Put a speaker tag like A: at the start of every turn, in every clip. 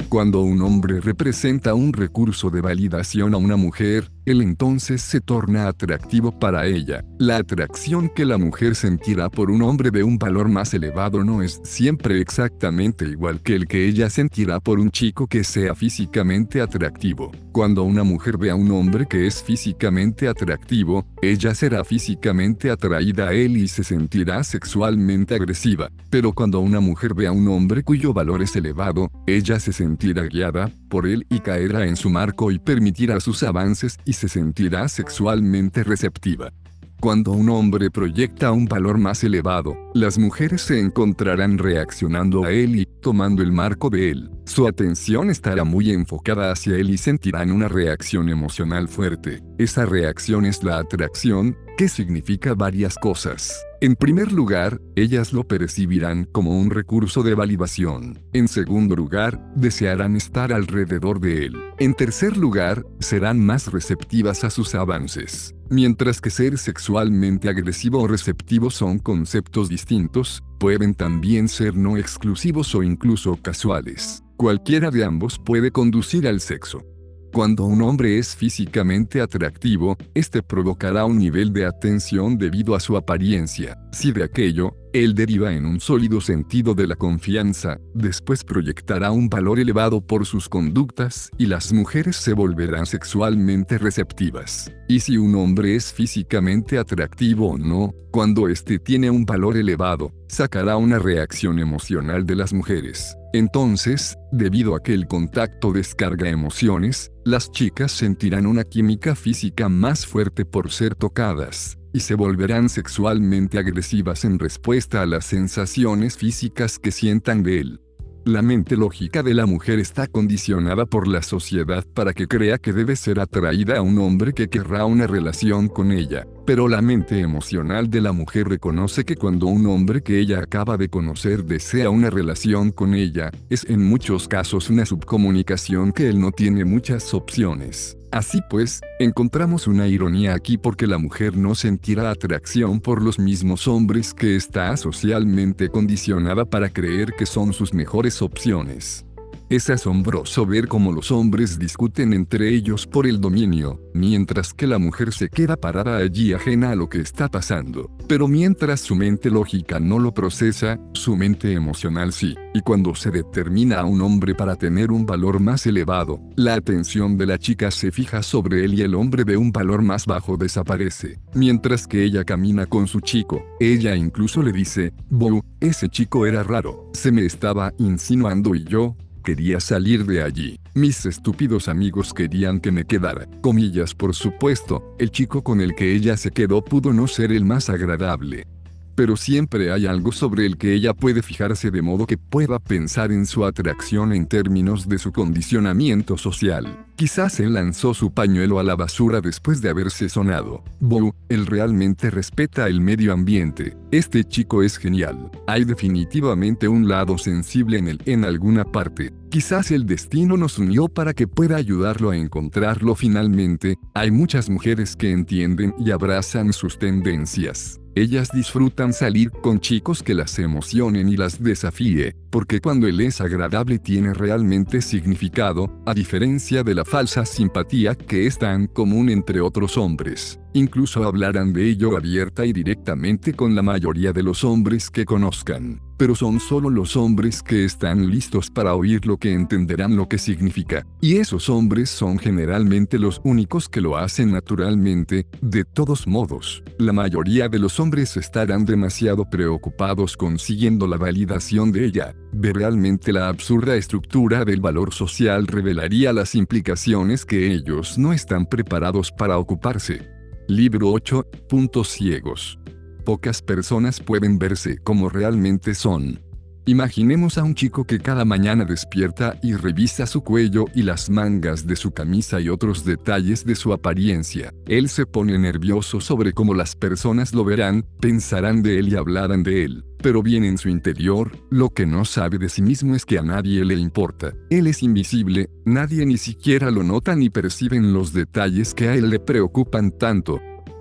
A: Cuando un hombre representa un recurso de validación a una mujer, él entonces se torna atractivo para ella. La atracción que la mujer sentirá por un hombre de un valor más elevado no es siempre exactamente igual que el que ella sentirá por un chico que sea físicamente atractivo. Cuando una mujer ve a un hombre que es físicamente atractivo, ella será físicamente atraída a él y se sentirá sexualmente agresiva. Pero cuando una mujer ve a un hombre cuyo valor es elevado, ella se sentirá guiada por él y caerá en su marco y permitirá sus avances y se sentirá sexualmente receptiva. Cuando un hombre proyecta un valor más elevado, las mujeres se encontrarán reaccionando a él y tomando el marco de él. Su atención estará muy enfocada hacia él y sentirán una reacción emocional fuerte. Esa reacción es la atracción, que significa varias cosas. En primer lugar, ellas lo percibirán como un recurso de validación. En segundo lugar, desearán estar alrededor de él. En tercer lugar, serán más receptivas a sus avances. Mientras que ser sexualmente agresivo o receptivo son conceptos distintos, pueden también ser no exclusivos o incluso casuales. Cualquiera de ambos puede conducir al sexo. Cuando un hombre es físicamente atractivo, este provocará un nivel de atención debido a su apariencia. Si de aquello, él deriva en un sólido sentido de la confianza, después proyectará un valor elevado por sus conductas y las mujeres se volverán sexualmente receptivas. Y si un hombre es físicamente atractivo o no, cuando éste tiene un valor elevado, sacará una reacción emocional de las mujeres. Entonces, debido a que el contacto descarga emociones, las chicas sentirán una química física más fuerte por ser tocadas, y se volverán sexualmente agresivas en respuesta a las sensaciones físicas que sientan de él. La mente lógica de la mujer está condicionada por la sociedad para que crea que debe ser atraída a un hombre que querrá una relación con ella. Pero la mente emocional de la mujer reconoce que cuando un hombre que ella acaba de conocer desea una relación con ella, es en muchos casos una subcomunicación que él no tiene muchas opciones. Así pues, encontramos una ironía aquí porque la mujer no sentirá atracción por los mismos hombres que está socialmente condicionada para creer que son sus mejores opciones. Es asombroso ver cómo los hombres discuten entre ellos por el dominio, mientras que la mujer se queda parada allí ajena a lo que está pasando. Pero mientras su mente lógica no lo procesa, su mente emocional sí. Y cuando se determina a un hombre para tener un valor más elevado, la atención de la chica se fija sobre él y el hombre de un valor más bajo desaparece. Mientras que ella camina con su chico, ella incluso le dice: "Boo, ese chico era raro, se me estaba insinuando y yo quería salir de allí. Mis estúpidos amigos querían que me quedara". Comillas, por supuesto, el chico con el que ella se quedó pudo no ser el más agradable. Pero siempre hay algo sobre el que ella puede fijarse de modo que pueda pensar en su atracción en términos de su condicionamiento social. Quizás él lanzó su pañuelo a la basura después de haberse sonado. Boo, él realmente respeta el medio ambiente. Este chico es genial. Hay definitivamente un lado sensible en él en alguna parte. Quizás el destino nos unió para que pueda ayudarlo a encontrarlo finalmente. Hay muchas mujeres que entienden y abrazan sus tendencias. Ellas disfrutan salir con chicos que las emocionen y las desafíe, porque cuando él es agradable tiene realmente significado, a diferencia de la falsa simpatía que es tan común entre otros hombres. Incluso hablarán de ello abierta y directamente con la mayoría de los hombres que conozcan. Pero son solo los hombres que están listos para oír lo que entenderán lo que significa. Y esos hombres son generalmente los únicos que lo hacen naturalmente. De todos modos, la mayoría de los hombres estarán demasiado preocupados consiguiendo la validación de ella. Ver realmente la absurda estructura del valor social revelaría las implicaciones que ellos no están preparados para ocuparse. Libro 8. Puntos ciegos. Pocas personas pueden verse como realmente son. Imaginemos a un chico que cada mañana despierta y revisa su cuello y las mangas de su camisa y otros detalles de su apariencia. Él se pone nervioso sobre cómo las personas lo verán, pensarán de él y hablarán de él. Pero bien en su interior, lo que no sabe de sí mismo es que a nadie le importa. Él es invisible, nadie ni siquiera lo nota ni perciben los detalles que a él le preocupan tanto.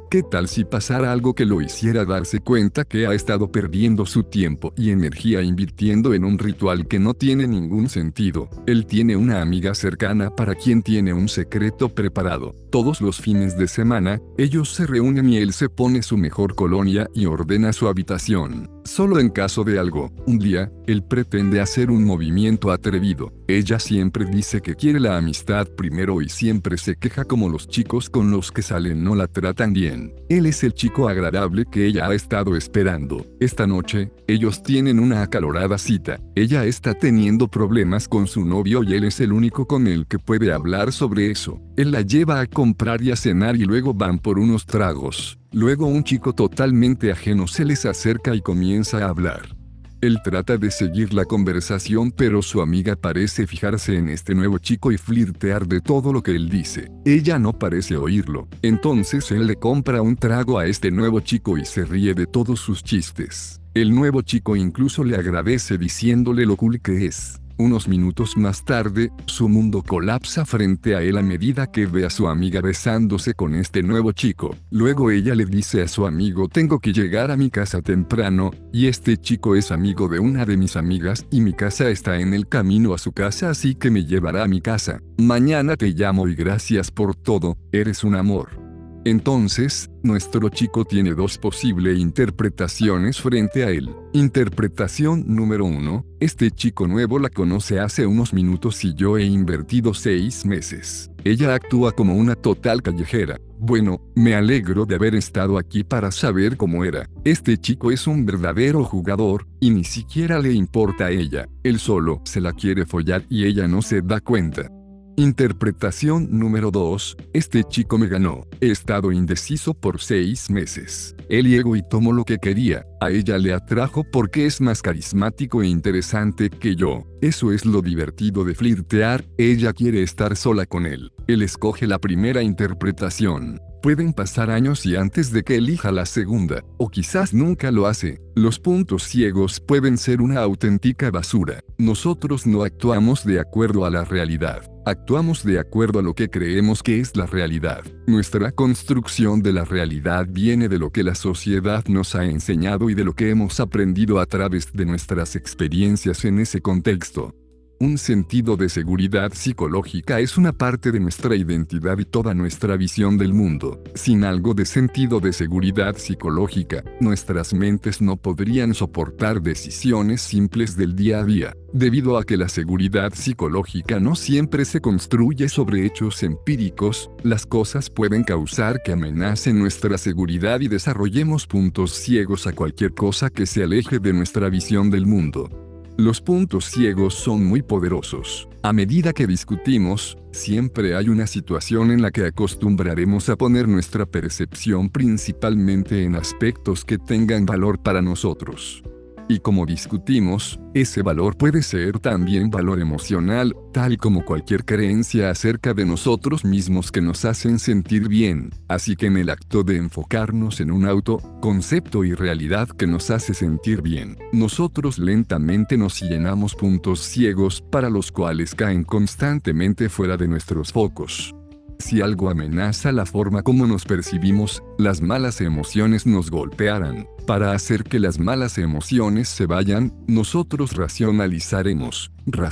A: ¿Qué tal si pasara algo que lo hiciera darse cuenta que ha estado perdiendo su tiempo y energía invirtiendo en un ritual que no tiene ningún sentido? Él tiene una amiga cercana para quien tiene un secreto preparado. Todos los fines de semana, ellos se reúnen y él se pone su mejor colonia y ordena su habitación. Solo en caso de algo, un día, él pretende hacer un movimiento atrevido. Ella siempre dice que quiere la amistad primero y siempre se queja como los chicos con los que salen no la tratan bien. Él es el chico agradable que ella ha estado esperando. Esta noche, ellos tienen una acalorada cita. Ella está teniendo problemas con su novio y él es el único con el que puede hablar sobre eso. Él la lleva a comprar y a cenar y luego van por unos tragos. Luego un chico totalmente ajeno se les acerca y comienza a hablar. Él trata de seguir la conversación pero su amiga parece fijarse en este nuevo chico y flirtear de todo lo que él dice. Ella no parece oírlo. Entonces él le compra un trago a este nuevo chico y se ríe de todos sus chistes. El nuevo chico incluso le agradece diciéndole lo cool que es. Unos minutos más tarde, su mundo colapsa frente a él a medida que ve a su amiga besándose con este nuevo chico. Luego ella le dice a su amigo: tengo que llegar a mi casa temprano, y este chico es amigo de una de mis amigas y mi casa está en el camino a su casa así que me llevará a mi casa. Mañana te llamo y gracias por todo, eres un amor. Entonces, nuestro chico tiene dos posibles interpretaciones frente a él. Interpretación número 1, este chico nuevo la conoce hace unos minutos y yo he invertido 6 meses. Ella actúa como una total callejera. Bueno, me alegro de haber estado aquí para saber cómo era. Este chico es un verdadero jugador, y ni siquiera le importa a ella. Él solo se la quiere follar y ella no se da cuenta. Interpretación número 2, este chico me ganó. He estado indeciso por 6 meses. Él llegó y tomó lo que quería. A ella le atrajo porque es más carismático e interesante que yo. Eso es lo divertido de flirtear, ella quiere estar sola con él. Él escoge la primera interpretación. Pueden pasar años y antes de que elija la segunda, o quizás nunca lo hace. Los puntos ciegos pueden ser una auténtica basura. Nosotros no actuamos de acuerdo a la realidad. Actuamos de acuerdo a lo que creemos que es la realidad. Nuestra construcción de la realidad viene de lo que la sociedad nos ha enseñado y de lo que hemos aprendido a través de nuestras experiencias en ese contexto. Un sentido de seguridad psicológica es una parte de nuestra identidad y toda nuestra visión del mundo. Sin algo de sentido de seguridad psicológica, nuestras mentes no podrían soportar decisiones simples del día a día. Debido a que la seguridad psicológica no siempre se construye sobre hechos empíricos, las cosas pueden causar que amenacen nuestra seguridad y desarrollemos puntos ciegos a cualquier cosa que se aleje de nuestra visión del mundo. Los puntos ciegos son muy poderosos. A medida que discutimos, siempre hay una situación en la que acostumbraremos a poner nuestra percepción principalmente en aspectos que tengan valor para nosotros. Y como discutimos, ese valor puede ser también valor emocional, tal como cualquier creencia acerca de nosotros mismos que nos hacen sentir bien. Así que en el acto de enfocarnos en un concepto y realidad que nos hace sentir bien, nosotros lentamente nos llenamos puntos ciegos para los cuales caen constantemente fuera de nuestros focos. Si algo amenaza la forma como nos percibimos, las malas emociones nos golpearán. Para hacer que las malas emociones se vayan, nosotros racionalizaremos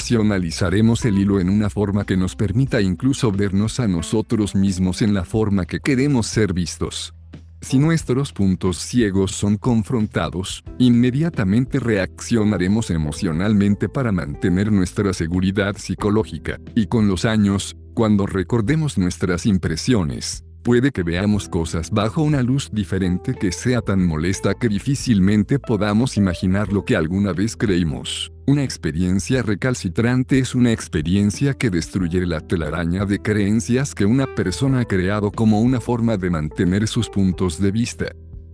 A: el hilo en una forma que nos permita incluso vernos a nosotros mismos en la forma que queremos ser vistos. Si nuestros puntos ciegos son confrontados, inmediatamente reaccionaremos emocionalmente para mantener nuestra seguridad psicológica, y con los años, cuando recordemos nuestras impresiones, puede que veamos cosas bajo una luz diferente que sea tan molesta que difícilmente podamos imaginar lo que alguna vez creímos. Una experiencia recalcitrante es una experiencia que destruye la telaraña de creencias que una persona ha creado como una forma de mantener sus puntos de vista.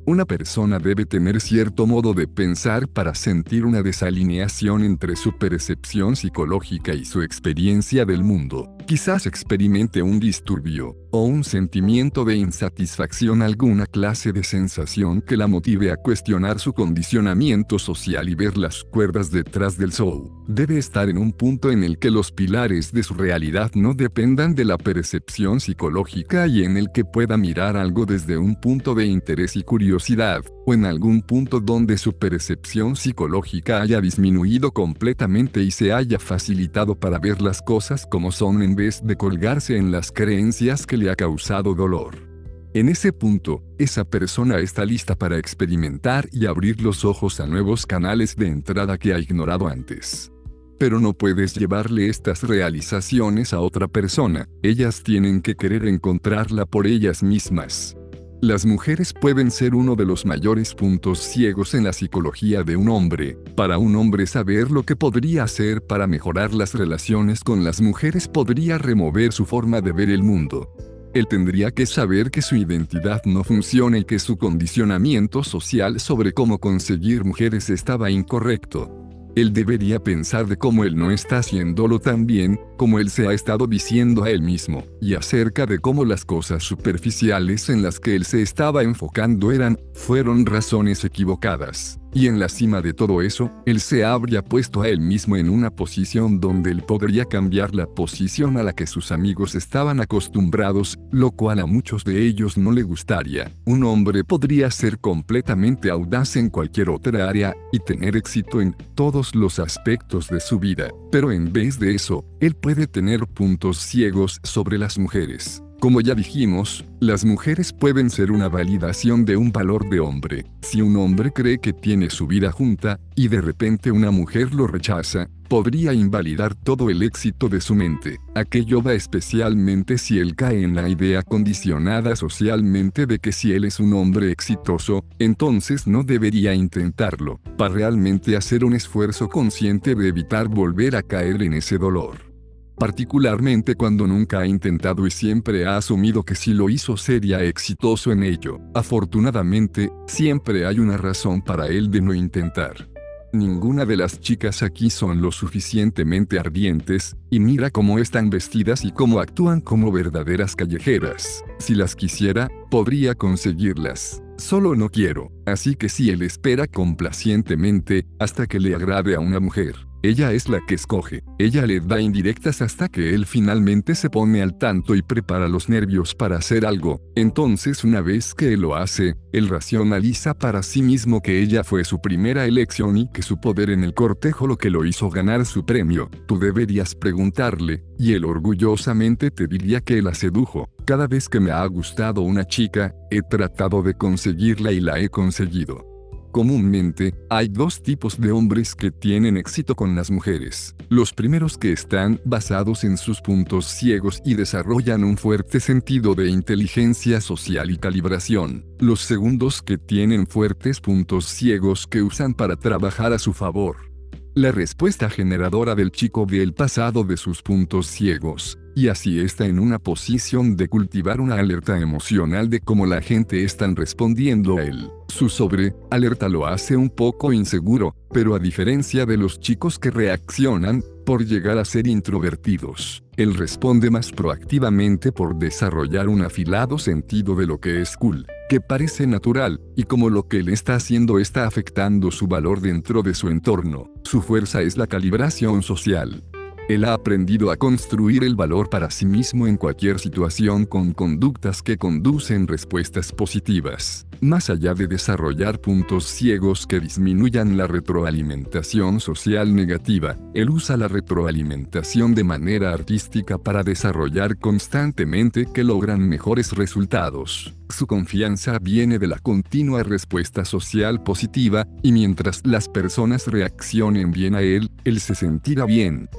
A: Una persona debe tener cierto modo de pensar para sentir una desalineación entre su percepción psicológica y su experiencia del mundo. Quizás experimente un disturbio, o un sentimiento de insatisfacción, alguna clase de sensación que la motive a cuestionar su condicionamiento social y ver las cuerdas detrás del show. Debe estar en un punto en el que los pilares de su realidad no dependan de la percepción psicológica y en el que pueda mirar algo desde un punto de interés y curiosidad, o en algún punto donde su percepción psicológica haya disminuido completamente y se haya facilitado para ver las cosas como son en vez de colgarse en las creencias que le ha causado dolor. En ese punto, esa persona está lista para experimentar y abrir los ojos a nuevos canales de entrada que ha ignorado antes. Pero no puedes llevarle estas realizaciones a otra persona, ellas tienen que querer encontrarla por ellas mismas. Las mujeres pueden ser uno de los mayores puntos ciegos en la psicología de un hombre. Para un hombre saber lo que podría hacer para mejorar las relaciones con las mujeres podría remover su forma de ver el mundo. Él tendría que saber que su identidad no funciona y que su condicionamiento social sobre cómo conseguir mujeres estaba incorrecto. Él debería pensar de cómo él no está haciéndolo tan bien, como él se ha estado diciendo a él mismo, y acerca de cómo las cosas superficiales en las que él se estaba enfocando fueron razones equivocadas. Y en la cima de todo eso, él se habría puesto a él mismo en una posición donde él podría cambiar la posición a la que sus amigos estaban acostumbrados, lo cual a muchos de ellos no le gustaría. Un hombre podría ser completamente audaz en cualquier otra área, y tener éxito en todos los aspectos de su vida, pero en vez de eso, él puede tener puntos ciegos sobre las mujeres. Como ya dijimos, las mujeres pueden ser una validación de un valor de hombre. Si un hombre cree que tiene su vida junta, y de repente una mujer lo rechaza, podría invalidar todo el éxito de su mente. Aquello va especialmente si él cae en la idea condicionada socialmente de que si él es un hombre exitoso, entonces no debería intentarlo, para realmente hacer un esfuerzo consciente de evitar volver a caer en ese dolor. Particularmente cuando nunca ha intentado y siempre ha asumido que si lo hizo sería exitoso en ello. Afortunadamente, siempre hay una razón para él de no intentar. Ninguna de las chicas aquí son lo suficientemente ardientes, y mira cómo están vestidas y cómo actúan como verdaderas callejeras. Si las quisiera, podría conseguirlas. Solo no quiero. Así que si él espera complacientemente, hasta que le agrade a una mujer, ella es la que escoge. Ella le da indirectas hasta que él finalmente se pone al tanto y prepara los nervios para hacer algo. Entonces, una vez que él lo hace, él racionaliza para sí mismo que ella fue su primera elección y que su poder en el cortejo lo que lo hizo ganar su premio. Tú deberías preguntarle, y él orgullosamente te diría que la sedujo. Cada vez que me ha gustado una chica, he tratado de conseguirla y la he conseguido. Comúnmente, hay dos tipos de hombres que tienen éxito con las mujeres. Los primeros que están basados en sus puntos ciegos y desarrollan un fuerte sentido de inteligencia social y calibración. Los segundos que tienen fuertes puntos ciegos que usan para trabajar a su favor. La respuesta generadora del chico ve el pasado de sus puntos ciegos, y así está en una posición de cultivar una alerta emocional de cómo la gente están respondiendo a él. Su alerta lo hace un poco inseguro, pero a diferencia de los chicos que reaccionan por llegar a ser introvertidos, él responde más proactivamente por desarrollar un afilado sentido de lo que es cool, que parece natural, y como lo que él está haciendo está afectando su valor dentro de su entorno. Su fuerza es la calibración social. Él ha aprendido a construir el valor para sí mismo en cualquier situación con conductas que conducen respuestas positivas. Más allá de desarrollar puntos ciegos que disminuyan la retroalimentación social negativa, él usa la retroalimentación de manera artística para desarrollar constantemente que logran mejores resultados. Su confianza viene de la continua respuesta social positiva, y mientras las personas reaccionen bien a él, él se sentirá bien.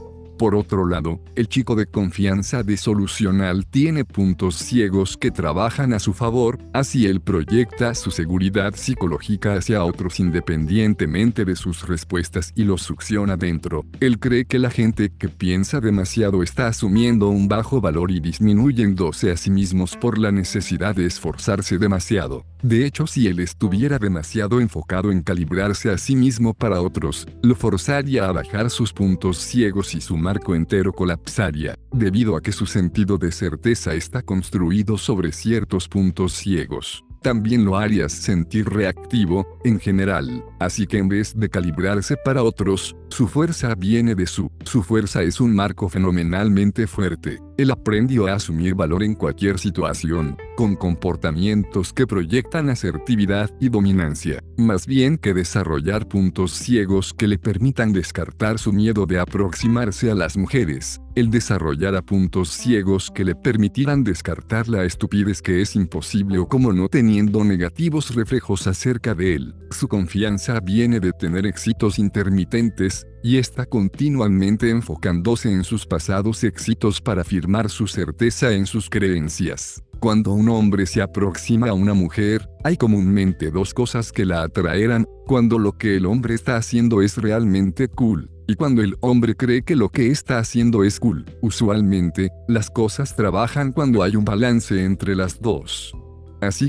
A: Por otro lado, el chico de confianza desolucional tiene puntos ciegos que trabajan a su favor, así él proyecta su seguridad psicológica hacia otros independientemente de sus respuestas y los succiona dentro. Él cree que la gente que piensa demasiado está asumiendo un bajo valor y disminuyéndose a sí mismos por la necesidad de esforzarse demasiado. De hecho, si él estuviera demasiado enfocado en calibrarse a sí mismo para otros, lo forzaría a bajar sus puntos ciegos y su marco entero colapsaría, debido a que su sentido de certeza está construido sobre ciertos puntos ciegos. También lo haría sentir reactivo, en general, así que en vez de calibrarse para otros, su fuerza viene de su fuerza es un marco fenomenalmente fuerte. Él aprendió a asumir valor en cualquier situación, con comportamientos que proyectan asertividad y dominancia, más bien que desarrollar puntos ciegos que le permitan descartar su miedo de aproximarse a las mujeres. Él desarrollará puntos ciegos que le permitirán descartar la estupidez que es imposible o como no teniendo negativos reflejos acerca de él. Su confianza viene de tener éxitos intermitentes, y está continuamente enfocándose en sus pasados éxitos para afirmar su certeza en sus creencias. Cuando un hombre se aproxima a una mujer, hay comúnmente dos cosas que la atraerán: cuando lo que el hombre está haciendo es realmente cool, y cuando el hombre cree que lo que está haciendo es cool. Usualmente, las cosas trabajan cuando hay un balance entre las dos. Así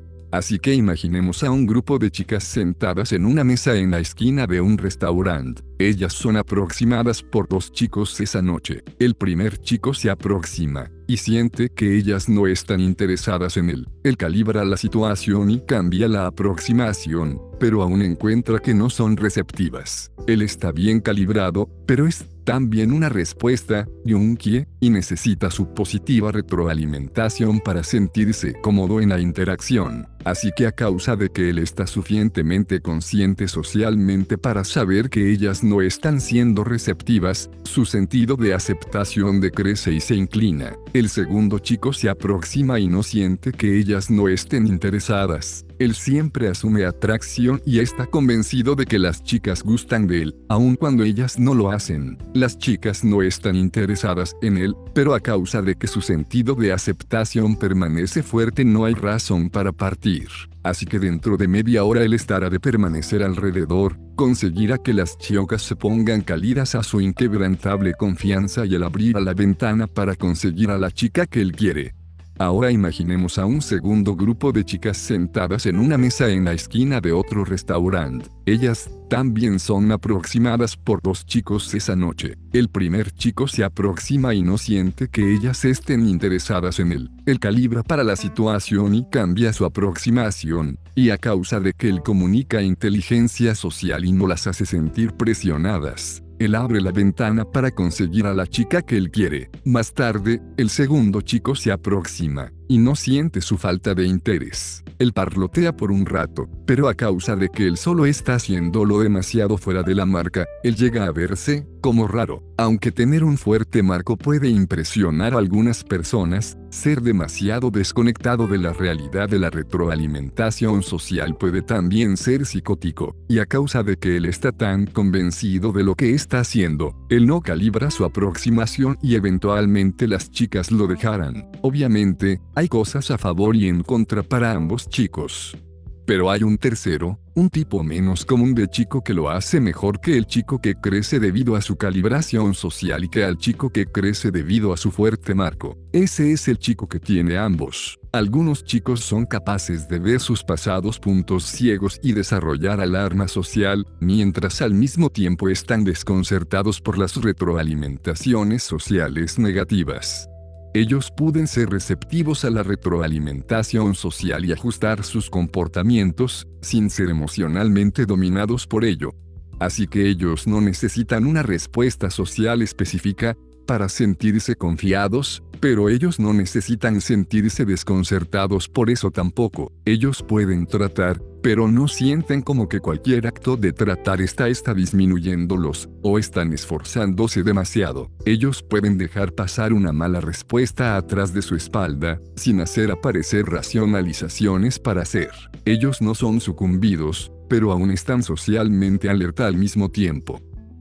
A: que imaginemos a un grupo de chicas sentadas en una mesa en la esquina de un restaurante. Ellas son aproximadas por dos chicos esa noche. El primer chico se aproxima, y siente que ellas no están interesadas en él. Él calibra la situación y cambia la aproximación, pero aún encuentra que no son receptivas. Él está bien calibrado, pero es también una respuesta, Junkie, y necesita su positiva retroalimentación para sentirse cómodo en la interacción. Así que a causa de que él está suficientemente consciente socialmente para saber que ellas no están siendo receptivas, su sentido de aceptación decrece y se inclina. El segundo chico se aproxima y no siente que ellas no estén interesadas. Él siempre asume atracción y está convencido de que las chicas gustan de él, aun cuando ellas no lo hacen. Las chicas no están interesadas en él, pero a causa de que su sentido de aceptación permanece fuerte no hay razón para partir. Así que dentro de media hora él estará de permanecer alrededor, conseguirá que las chicas se pongan cálidas a su inquebrantable confianza y él abrirá la ventana para conseguir a la chica que él quiere. Ahora imaginemos a un segundo grupo de chicas sentadas en una mesa en la esquina de otro restaurante. Ellas también son aproximadas por dos chicos esa noche. El primer chico se aproxima y no siente que ellas estén interesadas en él. Él calibra para la situación y cambia su aproximación, y a causa de que él comunica inteligencia social y no las hace sentir presionadas, él abre la ventana para conseguir a la chica que él quiere. Más tarde, el segundo chico se aproxima, y no siente su falta de interés. Él parlotea por un rato, pero a causa de que él solo está haciéndolo demasiado fuera de la marca, él llega a verse como raro. Aunque tener un fuerte marco puede impresionar a algunas personas, ser demasiado desconectado de la realidad de la retroalimentación social puede también ser psicótico, y a causa de que él está tan convencido de lo que está haciendo, él no calibra su aproximación y eventualmente las chicas lo dejarán. Obviamente, hay cosas a favor y en contra para ambos chicos. Pero hay un tercero, un tipo menos común de chico que lo hace mejor que el chico que crece debido a su calibración social y que al chico que crece debido a su fuerte marco. Ese es el chico que tiene ambos. Algunos chicos son capaces de ver sus pasados puntos ciegos y desarrollar alarma social, mientras al mismo tiempo están desconcertados por las retroalimentaciones sociales negativas. Ellos pueden ser receptivos a la retroalimentación social y ajustar sus comportamientos, sin ser emocionalmente dominados por ello. Así que ellos no necesitan una respuesta social específica para sentirse confiados, pero ellos no necesitan sentirse desconcertados por eso tampoco. Ellos pueden tratar, pero no sienten como que cualquier acto de tratar está disminuyéndolos, o están esforzándose demasiado. Ellos pueden dejar pasar una mala respuesta atrás de su espalda, sin hacer aparecer racionalizaciones para hacer. Ellos no son sucumbidos, pero aún están socialmente alerta al mismo tiempo.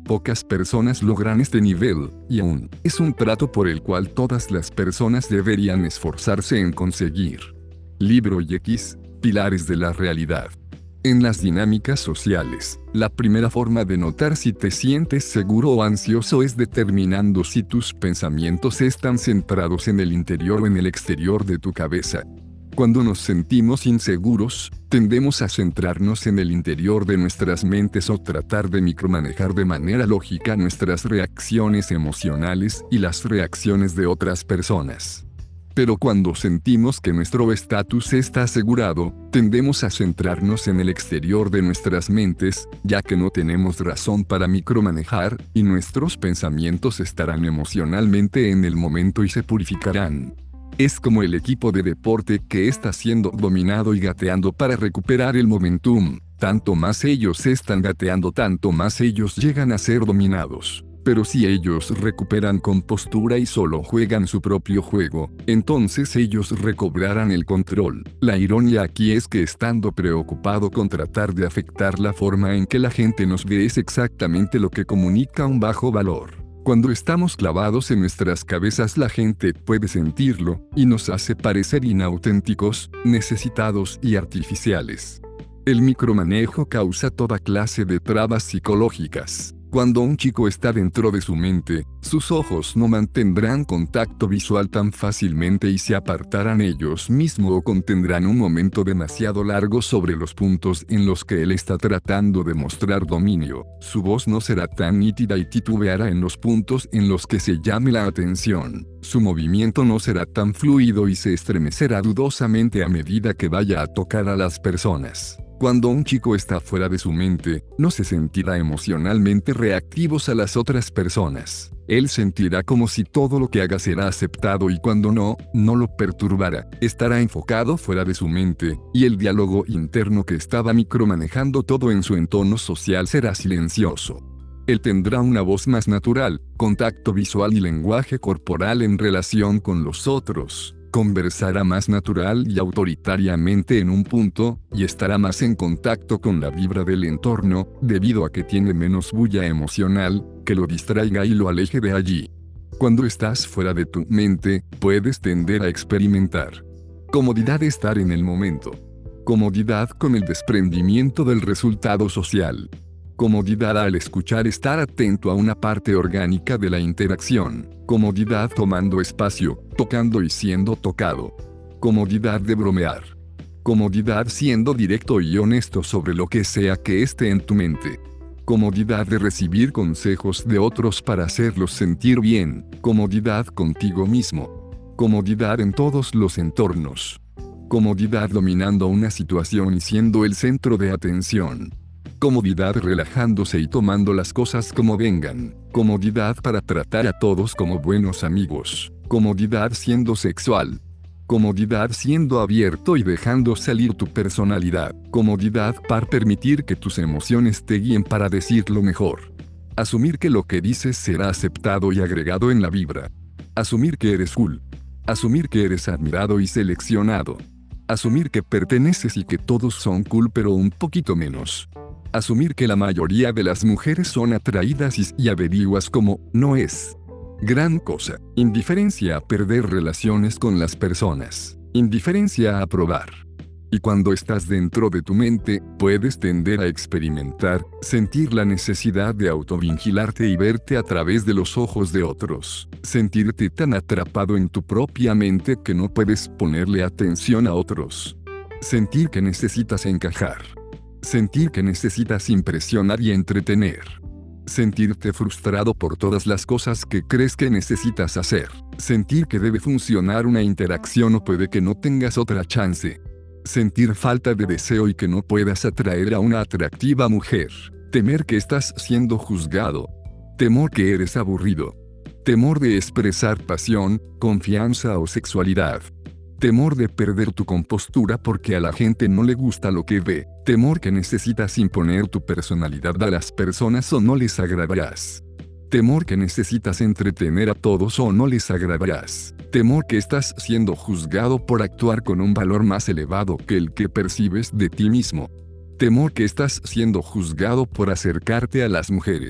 A: Pocas personas logran este nivel, y aún, es un trato por el cual todas las personas deberían esforzarse en conseguir. Libro X, Pilares de la Realidad. En las dinámicas sociales, la primera forma de notar si te sientes seguro o ansioso es determinando si tus pensamientos están centrados en el interior o en el exterior de tu cabeza. Cuando nos sentimos inseguros, tendemos a centrarnos en el interior de nuestras mentes o tratar de micromanejar de manera lógica nuestras reacciones emocionales y las reacciones de otras personas. Pero cuando sentimos que nuestro estatus está asegurado, tendemos a centrarnos en el exterior de nuestras mentes, ya que no tenemos razón para micromanejar, y nuestros pensamientos estarán emocionalmente en el momento y se purificarán. Es como el equipo de deporte que está siendo dominado y gateando para recuperar el momentum. Tanto más ellos están gateando, tanto más ellos llegan a ser dominados. Pero si ellos recuperan compostura y solo juegan su propio juego, entonces ellos recobrarán el control. La ironía aquí es que estando preocupado con tratar de afectar la forma en que la gente nos ve es exactamente lo que comunica un bajo valor. Cuando estamos clavados en nuestras cabezas la gente puede sentirlo, y nos hace parecer inauténticos, necesitados y artificiales. El micromanejo causa toda clase de trabas psicológicas. Cuando un chico está dentro de su mente, sus ojos no mantendrán contacto visual tan fácilmente y se apartarán ellos mismos o contendrán un momento demasiado largo sobre los puntos en los que él está tratando de mostrar dominio. Su voz no será tan nítida y titubeará en los puntos en los que se llame la atención. Su movimiento no será tan fluido y se estremecerá dudosamente a medida que vaya a tocar a las personas. Cuando un chico está fuera de su mente, no se sentirá emocionalmente reactivos a las otras personas. Él sentirá como si todo lo que haga será aceptado y cuando no lo perturbará. Estará enfocado fuera de su mente, y el diálogo interno que estaba micromanejando todo en su entorno social será silencioso. Él tendrá una voz más natural, contacto visual y lenguaje corporal en relación con los otros. Conversará más natural y autoritariamente en un punto, y estará más en contacto con la vibra del entorno, debido a que tiene menos bulla emocional, que lo distraiga y lo aleje de allí. Cuando estás fuera de tu mente, puedes tender a experimentar comodidad de estar en el momento. Comodidad con el desprendimiento del resultado social. Comodidad al escuchar, estar atento a una parte orgánica de la interacción. Comodidad tomando espacio, tocando y siendo tocado. Comodidad de bromear. Comodidad siendo directo y honesto sobre lo que sea que esté en tu mente. Comodidad de recibir consejos de otros para hacerlos sentir bien. Comodidad contigo mismo. Comodidad en todos los entornos. Comodidad dominando una situación y siendo el centro de atención. Comodidad relajándose y tomando las cosas como vengan. Comodidad para tratar a todos como buenos amigos. Comodidad siendo sexual. Comodidad siendo abierto y dejando salir tu personalidad. Comodidad para permitir que tus emociones te guíen para decirlo mejor. Asumir que lo que dices será aceptado y agregado en la vibra. Asumir que eres cool. Asumir que eres admirado y seleccionado. Asumir que perteneces y que todos son cool pero un poquito menos. Asumir que la mayoría de las mujeres son atraídas y averiguas cómo no es gran cosa. Indiferencia a perder relaciones con las personas. Indiferencia a aprobar. Y cuando estás dentro de tu mente, puedes tender a experimentar, sentir la necesidad de autovigilarte y verte a través de los ojos de otros. Sentirte tan atrapado en tu propia mente que no puedes ponerle atención a otros. Sentir que necesitas encajar. Sentir que necesitas impresionar y entretener. Sentirte frustrado por todas las cosas que crees que necesitas hacer. Sentir que debe funcionar una interacción o puede que no tengas otra chance. Sentir falta de deseo y que no puedas atraer a una atractiva mujer. Temer que estás siendo juzgado. Temor que eres aburrido. Temor de expresar pasión, confianza o sexualidad. Temor de perder tu compostura porque a la gente no le gusta lo que ve. Temor que necesitas imponer tu personalidad a las personas o no les agradarás. Temor que necesitas entretener a todos o no les agradarás. Temor que estás siendo juzgado por actuar con un valor más elevado que el que percibes de ti mismo. Temor que estás siendo juzgado por acercarte a las mujeres.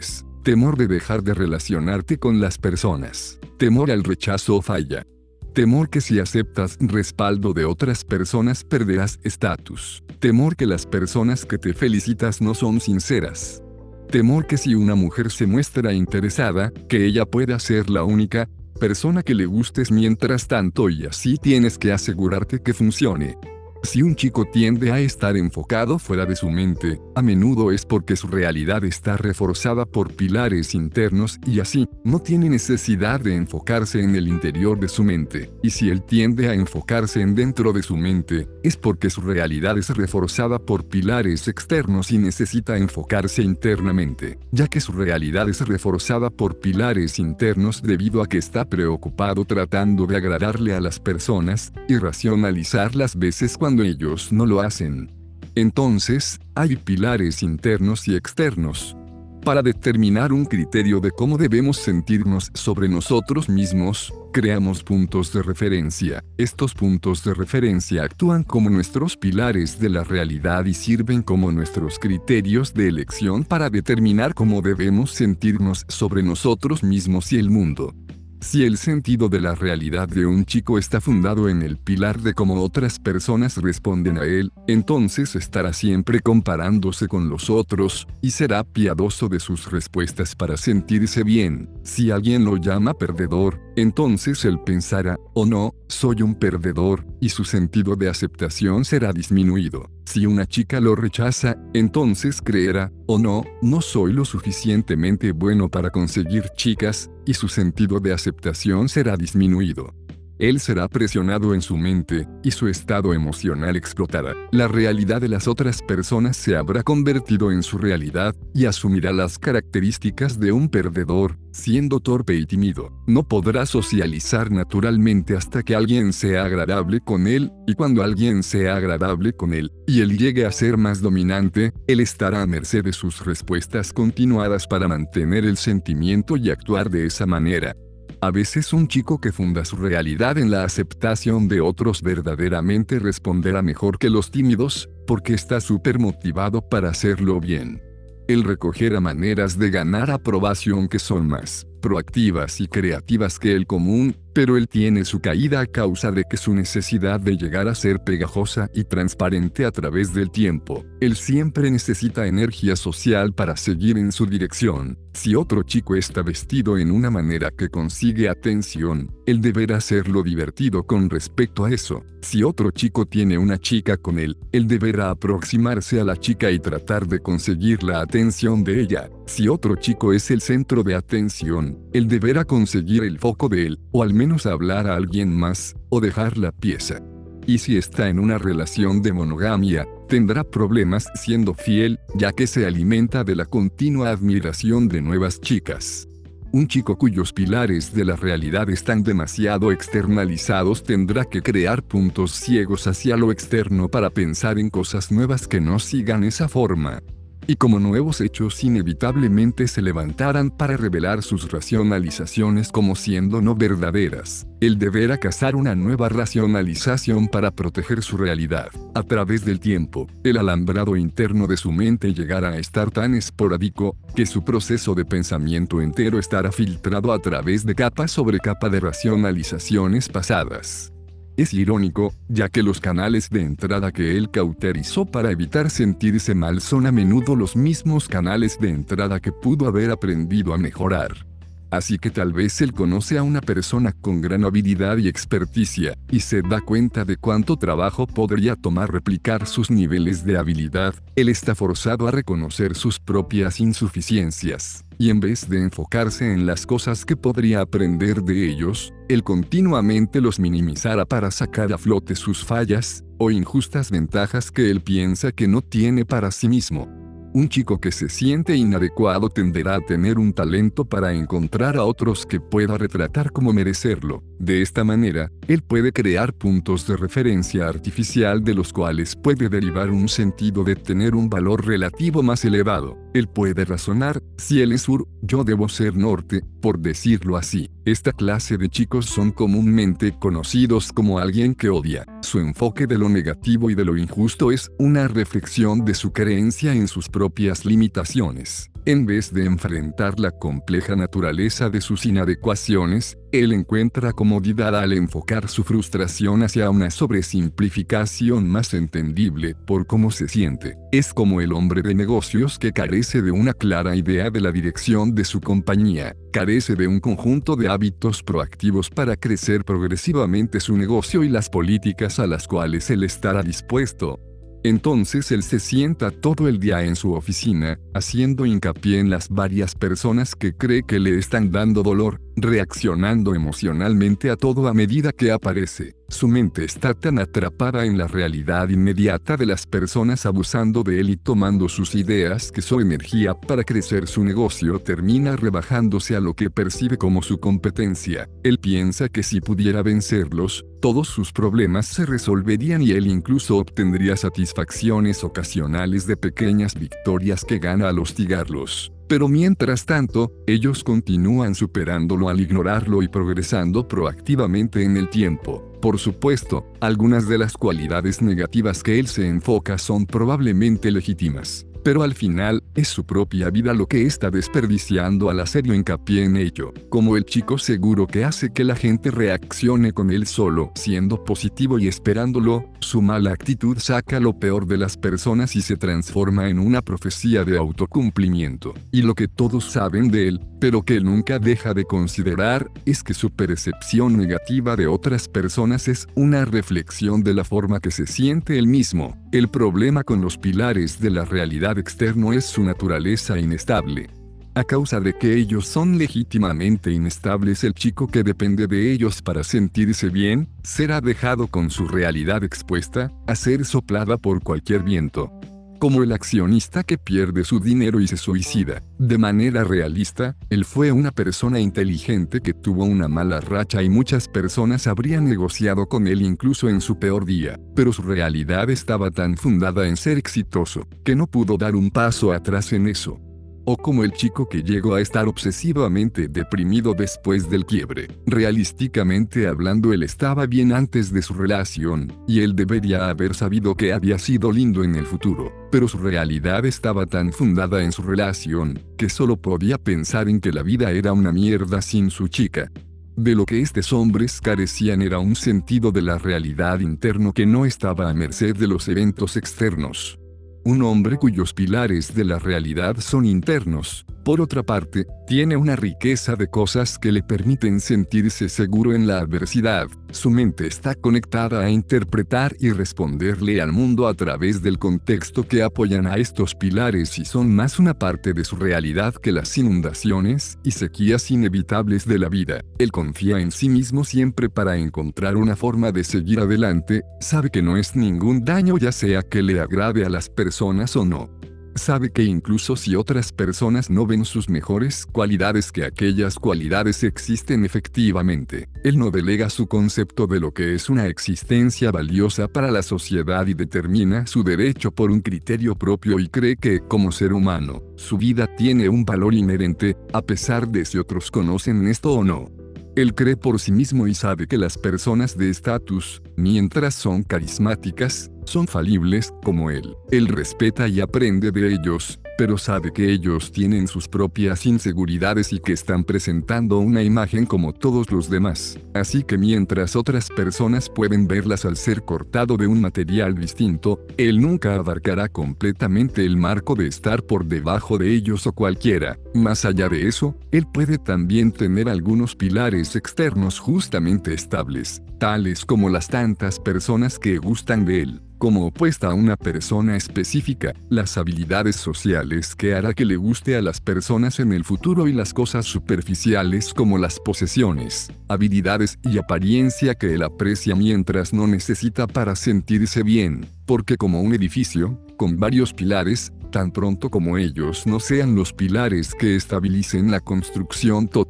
A: Temor de dejar de relacionarte con las personas. Temor al rechazo o falla. Temor que si aceptas respaldo de otras personas perderás estatus. Temor que las personas que te felicitas no son sinceras. Temor que si una mujer se muestra interesada, que ella pueda ser la única persona que le gustes mientras tanto y así tienes que asegurarte que funcione. Si un chico tiende a estar enfocado fuera de su mente, a menudo es porque su realidad está reforzada por pilares internos y así, no tiene necesidad de enfocarse en el interior de su mente. Y si él tiende a enfocarse en dentro de su mente, es porque su realidad es reforzada por pilares externos y necesita enfocarse internamente, ya que su realidad es reforzada por pilares internos debido a que está preocupado tratando de agradarle a las personas y racionalizar las veces cuando ellos no lo hacen. Entonces, hay pilares internos y externos. Para determinar un criterio de cómo debemos sentirnos sobre nosotros mismos, creamos puntos de referencia. Estos puntos de referencia actúan como nuestros pilares de la realidad y sirven como nuestros criterios de elección para determinar cómo debemos sentirnos sobre nosotros mismos y el mundo. Si el sentido de la realidad de un chico está fundado en el pilar de cómo otras personas responden a él, entonces estará siempre comparándose con los otros, y será piadoso de sus respuestas para sentirse bien. Si alguien lo llama perdedor, entonces él pensará, oh no, soy un perdedor, y su sentido de aceptación será disminuido. Si una chica lo rechaza, entonces creerá, oh no, no soy lo suficientemente bueno para conseguir chicas, y su sentido de aceptación será disminuido. Él será presionado en su mente, y su estado emocional explotará. La realidad de las otras personas se habrá convertido en su realidad, y asumirá las características de un perdedor, siendo torpe y tímido. No podrá socializar naturalmente hasta que alguien sea agradable con él, y cuando alguien sea agradable con él, y él llegue a ser más dominante, él estará a merced de sus respuestas continuadas para mantener el sentimiento y actuar de esa manera. A veces un chico que funda su realidad en la aceptación de otros verdaderamente responderá mejor que los tímidos, porque está súper motivado para hacerlo bien. Él recogerá maneras de ganar aprobación que son más proactivas y creativas que el común, pero él tiene su caída a causa de que su necesidad de llegar a ser pegajosa y transparente a través del tiempo. Él siempre necesita energía social para seguir en su dirección. Si otro chico está vestido en una manera que consigue atención, él deberá hacerlo divertido con respecto a eso. Si otro chico tiene una chica con él, él deberá aproximarse a la chica y tratar de conseguir la atención de ella. Si otro chico es el centro de atención, él deberá conseguir el foco de él, o al menos hablar a alguien más, o dejar la pieza. Y si está en una relación de monogamia, tendrá problemas siendo fiel, ya que se alimenta de la continua admiración de nuevas chicas. Un chico cuyos pilares de la realidad están demasiado externalizados tendrá que crear puntos ciegos hacia lo externo para pensar en cosas nuevas que no sigan esa forma. Y como nuevos hechos inevitablemente se levantarán para revelar sus racionalizaciones como siendo no verdaderas, él deberá cazar una nueva racionalización para proteger su realidad. A través del tiempo, el alambrado interno de su mente llegará a estar tan esporádico, que su proceso de pensamiento entero estará filtrado a través de capa sobre capa de racionalizaciones pasadas. Es irónico, ya que los canales de entrada que él cauterizó para evitar sentirse mal son a menudo los mismos canales de entrada que pudo haber aprendido a mejorar. Así que tal vez él conoce a una persona con gran habilidad y experticia, y se da cuenta de cuánto trabajo podría tomar replicar sus niveles de habilidad. Él está forzado a reconocer sus propias insuficiencias, y en vez de enfocarse en las cosas que podría aprender de ellos, él continuamente los minimizará para sacar a flote sus fallas, o injustas ventajas que él piensa que no tiene para sí mismo. Un chico que se siente inadecuado tenderá a tener un talento para encontrar a otros que pueda retratar como merecerlo. De esta manera, él puede crear puntos de referencia artificial de los cuales puede derivar un sentido de tener un valor relativo más elevado. Él puede razonar, si él es sur, yo debo ser norte, por decirlo así. Esta clase de chicos son comúnmente conocidos como alguien que odia. Su enfoque de lo negativo y de lo injusto es una reflexión de su creencia en sus propias limitaciones. En vez de enfrentar la compleja naturaleza de sus inadecuaciones, él encuentra comodidad al enfocar su frustración hacia una sobresimplificación más entendible por cómo se siente. Es como el hombre de negocios que carece de una clara idea de la dirección de su compañía, carece de un conjunto de hábitos proactivos para crecer progresivamente su negocio y las políticas a las cuales él estará dispuesto. Entonces él se sienta todo el día en su oficina, haciendo hincapié en las varias personas que cree que le están dando dolor, reaccionando emocionalmente a todo a medida que aparece. Su mente está tan atrapada en la realidad inmediata de las personas abusando de él y tomando sus ideas que su energía para crecer su negocio termina rebajándose a lo que percibe como su competencia. Él piensa que si pudiera vencerlos, todos sus problemas se resolverían y él incluso obtendría satisfacciones ocasionales de pequeñas victorias que gana al hostigarlos. Pero mientras tanto, ellos continúan superándolo al ignorarlo y progresando proactivamente en el tiempo. Por supuesto, algunas de las cualidades negativas que él se enfoca son probablemente legítimas, pero al final, es su propia vida lo que está desperdiciando al hacer hincapié en ello, como el chico seguro que hace que la gente reaccione con él solo, siendo positivo y esperándolo. Su mala actitud saca lo peor de las personas y se transforma en una profecía de autocumplimiento. Y lo que todos saben de él, pero que él nunca deja de considerar, es que su percepción negativa de otras personas es una reflexión de la forma que se siente él mismo. El problema con los pilares de la realidad externo es su naturaleza inestable. A causa de que ellos son legítimamente inestables, el chico que depende de ellos para sentirse bien, será dejado con su realidad expuesta, a ser soplada por cualquier viento. Como el accionista que pierde su dinero y se suicida. De manera realista, él fue una persona inteligente que tuvo una mala racha y muchas personas habrían negociado con él incluso en su peor día, pero su realidad estaba tan fundada en ser exitoso, que no pudo dar un paso atrás en eso. O como el chico que llegó a estar obsesivamente deprimido después del quiebre. Realísticamente hablando, él estaba bien antes de su relación, y él debería haber sabido que había sido lindo en el futuro, pero su realidad estaba tan fundada en su relación, que solo podía pensar en que la vida era una mierda sin su chica. De lo que estos hombres carecían era un sentido de la realidad interno que no estaba a merced de los eventos externos. Un hombre cuyos pilares de la realidad son internos, por otra parte, tiene una riqueza de cosas que le permiten sentirse seguro en la adversidad. Su mente está conectada a interpretar y responderle al mundo a través del contexto que apoyan a estos pilares y son más una parte de su realidad que las inundaciones y sequías inevitables de la vida. Él confía en sí mismo siempre para encontrar una forma de seguir adelante, sabe que no es ningún daño ya sea que le agrade a las personas o no. Sabe que incluso si otras personas no ven sus mejores cualidades, que aquellas cualidades existen efectivamente. Él no delega su concepto de lo que es una existencia valiosa para la sociedad y determina su derecho por un criterio propio y cree que, como ser humano, su vida tiene un valor inherente, a pesar de si otros conocen esto o no. Él cree por sí mismo y sabe que las personas de estatus, mientras son carismáticas, son falibles como él. Él respeta y aprende de ellos, pero sabe que ellos tienen sus propias inseguridades y que están presentando una imagen como todos los demás. Así que mientras otras personas pueden verlas al ser cortado de un material distinto, él nunca abarcará completamente el marco de estar por debajo de ellos o cualquiera. Más allá de eso, él puede también tener algunos pilares externos justamente estables, tales como las tantas personas que gustan de él. Como opuesta a una persona específica, las habilidades sociales que hará que le guste a las personas en el futuro y las cosas superficiales como las posesiones, habilidades y apariencia que él aprecia mientras no necesita para sentirse bien, porque como un edificio, con varios pilares, tan pronto como ellos no sean los pilares que estabilicen la construcción total,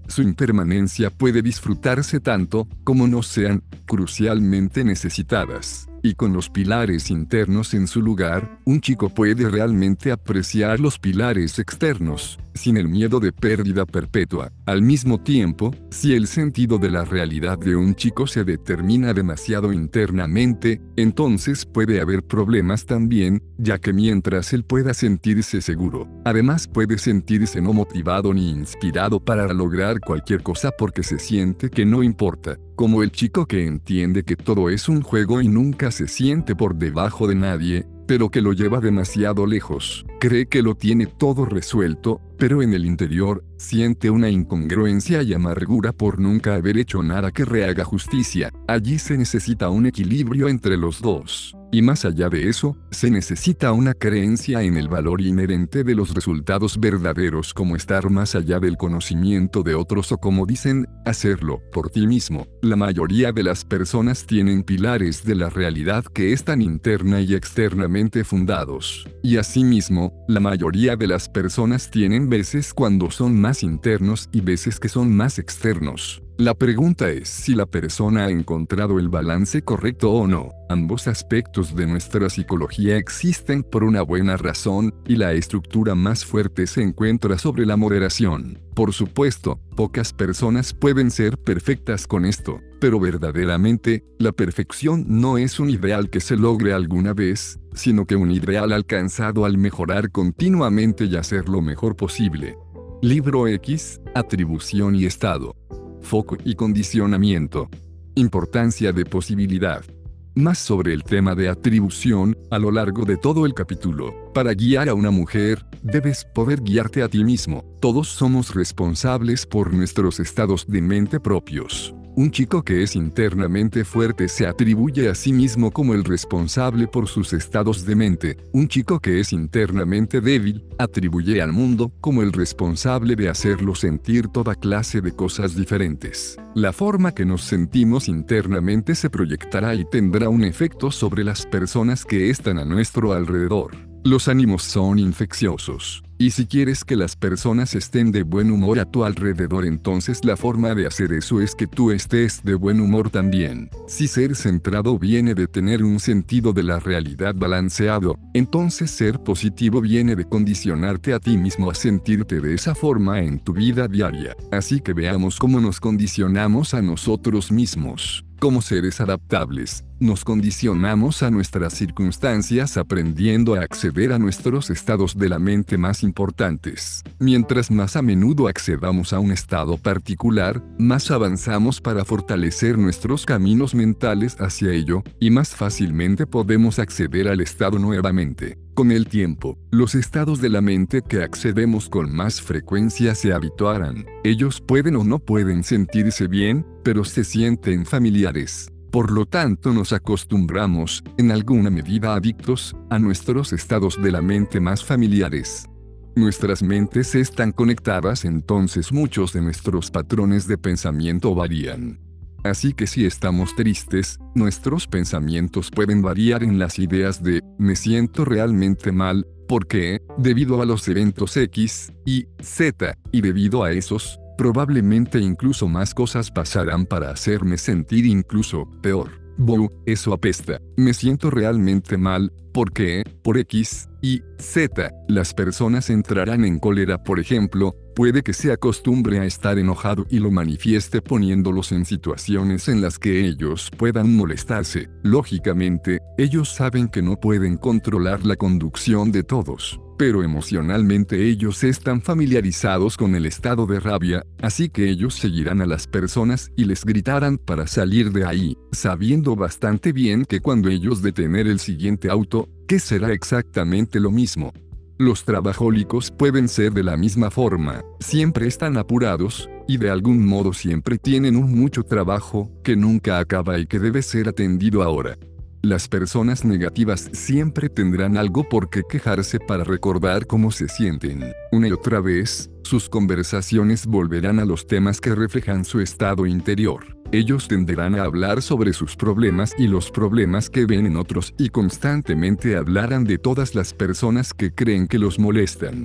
A: Su impermanencia puede disfrutarse tanto, como no sean crucialmente necesitadas. Y con los pilares internos en su lugar, un chico puede realmente apreciar los pilares externos, sin el miedo de pérdida perpetua. Al mismo tiempo, si el sentido de la realidad de un chico se determina demasiado internamente, entonces puede haber problemas también, ya que mientras él pueda sentirse seguro, además puede sentirse no motivado ni inspirado para lograr cualquier cosa porque se siente que no importa. Como el chico que entiende que todo es un juego y nunca se siente por debajo de nadie, pero que lo lleva demasiado lejos. Cree que lo tiene todo resuelto, pero en el interior, siente una incongruencia y amargura por nunca haber hecho nada que rehaga justicia. Allí se necesita un equilibrio entre los dos. Y más allá de eso, se necesita una creencia en el valor inherente de los resultados verdaderos, como estar más allá del conocimiento de otros o, como dicen, hacerlo por ti mismo. La mayoría de las personas tienen pilares de la realidad que están interna y externamente fundados. Y asimismo, la mayoría de las personas tienen veces cuando son más internos y veces que son más externos. La pregunta es si la persona ha encontrado el balance correcto o no. Ambos aspectos de nuestra psicología existen por una buena razón, y la estructura más fuerte se encuentra sobre la moderación. Por supuesto, pocas personas pueden ser perfectas con esto, pero verdaderamente, la perfección no es un ideal que se logre alguna vez, sino que un ideal alcanzado al mejorar continuamente y hacer lo mejor posible. Libro X, Atribución y Estado. Foco y condicionamiento. Importancia de posibilidad. Más sobre el tema de atribución, a lo largo de todo el capítulo. Para guiar a una mujer, debes poder guiarte a ti mismo. Todos somos responsables por nuestros estados de mente propios. Un chico que es internamente fuerte se atribuye a sí mismo como el responsable por sus estados de mente. Un chico que es internamente débil, atribuye al mundo como el responsable de hacerlo sentir toda clase de cosas diferentes. La forma que nos sentimos internamente se proyectará y tendrá un efecto sobre las personas que están a nuestro alrededor. Los ánimos son infecciosos. Y si quieres que las personas estén de buen humor a tu alrededor, entonces la forma de hacer eso es que tú estés de buen humor también. Si ser centrado viene de tener un sentido de la realidad balanceado, entonces ser positivo viene de condicionarte a ti mismo a sentirte de esa forma en tu vida diaria. Así que veamos cómo nos condicionamos a nosotros mismos. Como seres adaptables, nos condicionamos a nuestras circunstancias aprendiendo a acceder a nuestros estados de la mente más importantes. Mientras más a menudo accedamos a un estado particular, más avanzamos para fortalecer nuestros caminos mentales hacia ello, y más fácilmente podemos acceder al estado nuevamente. Con el tiempo, los estados de la mente que accedemos con más frecuencia se habituarán. Ellos pueden o no pueden sentirse bien, pero se sienten familiares. Por lo tanto, nos acostumbramos, en alguna medida adictos, a nuestros estados de la mente más familiares. Nuestras mentes están conectadas, entonces muchos de nuestros patrones de pensamiento varían. Así que si estamos tristes, nuestros pensamientos pueden variar en las ideas de «me siento realmente mal, porque, debido a los eventos X, Y, Z, y debido a esos, probablemente incluso más cosas pasarán para hacerme sentir incluso peor. Buh, eso apesta. Me siento realmente mal, porque, por X, Y, Z, las personas entrarán en cólera, por ejemplo. Puede que se acostumbre a estar enojado y lo manifieste poniéndolos en situaciones en las que ellos puedan molestarse. Lógicamente, ellos saben que no pueden controlar la conducción de todos, pero emocionalmente ellos están familiarizados con el estado de rabia, así que ellos seguirán a las personas y les gritarán para salir de ahí, sabiendo bastante bien que cuando ellos detener el siguiente auto, que será exactamente lo mismo. Los trabajólicos pueden ser de la misma forma, siempre están apurados, y de algún modo siempre tienen un mucho trabajo, que nunca acaba y que debe ser atendido ahora. Las personas negativas siempre tendrán algo por qué quejarse para recordar cómo se sienten. Una y otra vez, sus conversaciones volverán a los temas que reflejan su estado interior. Ellos tenderán a hablar sobre sus problemas y los problemas que ven en otros y constantemente hablarán de todas las personas que creen que los molestan.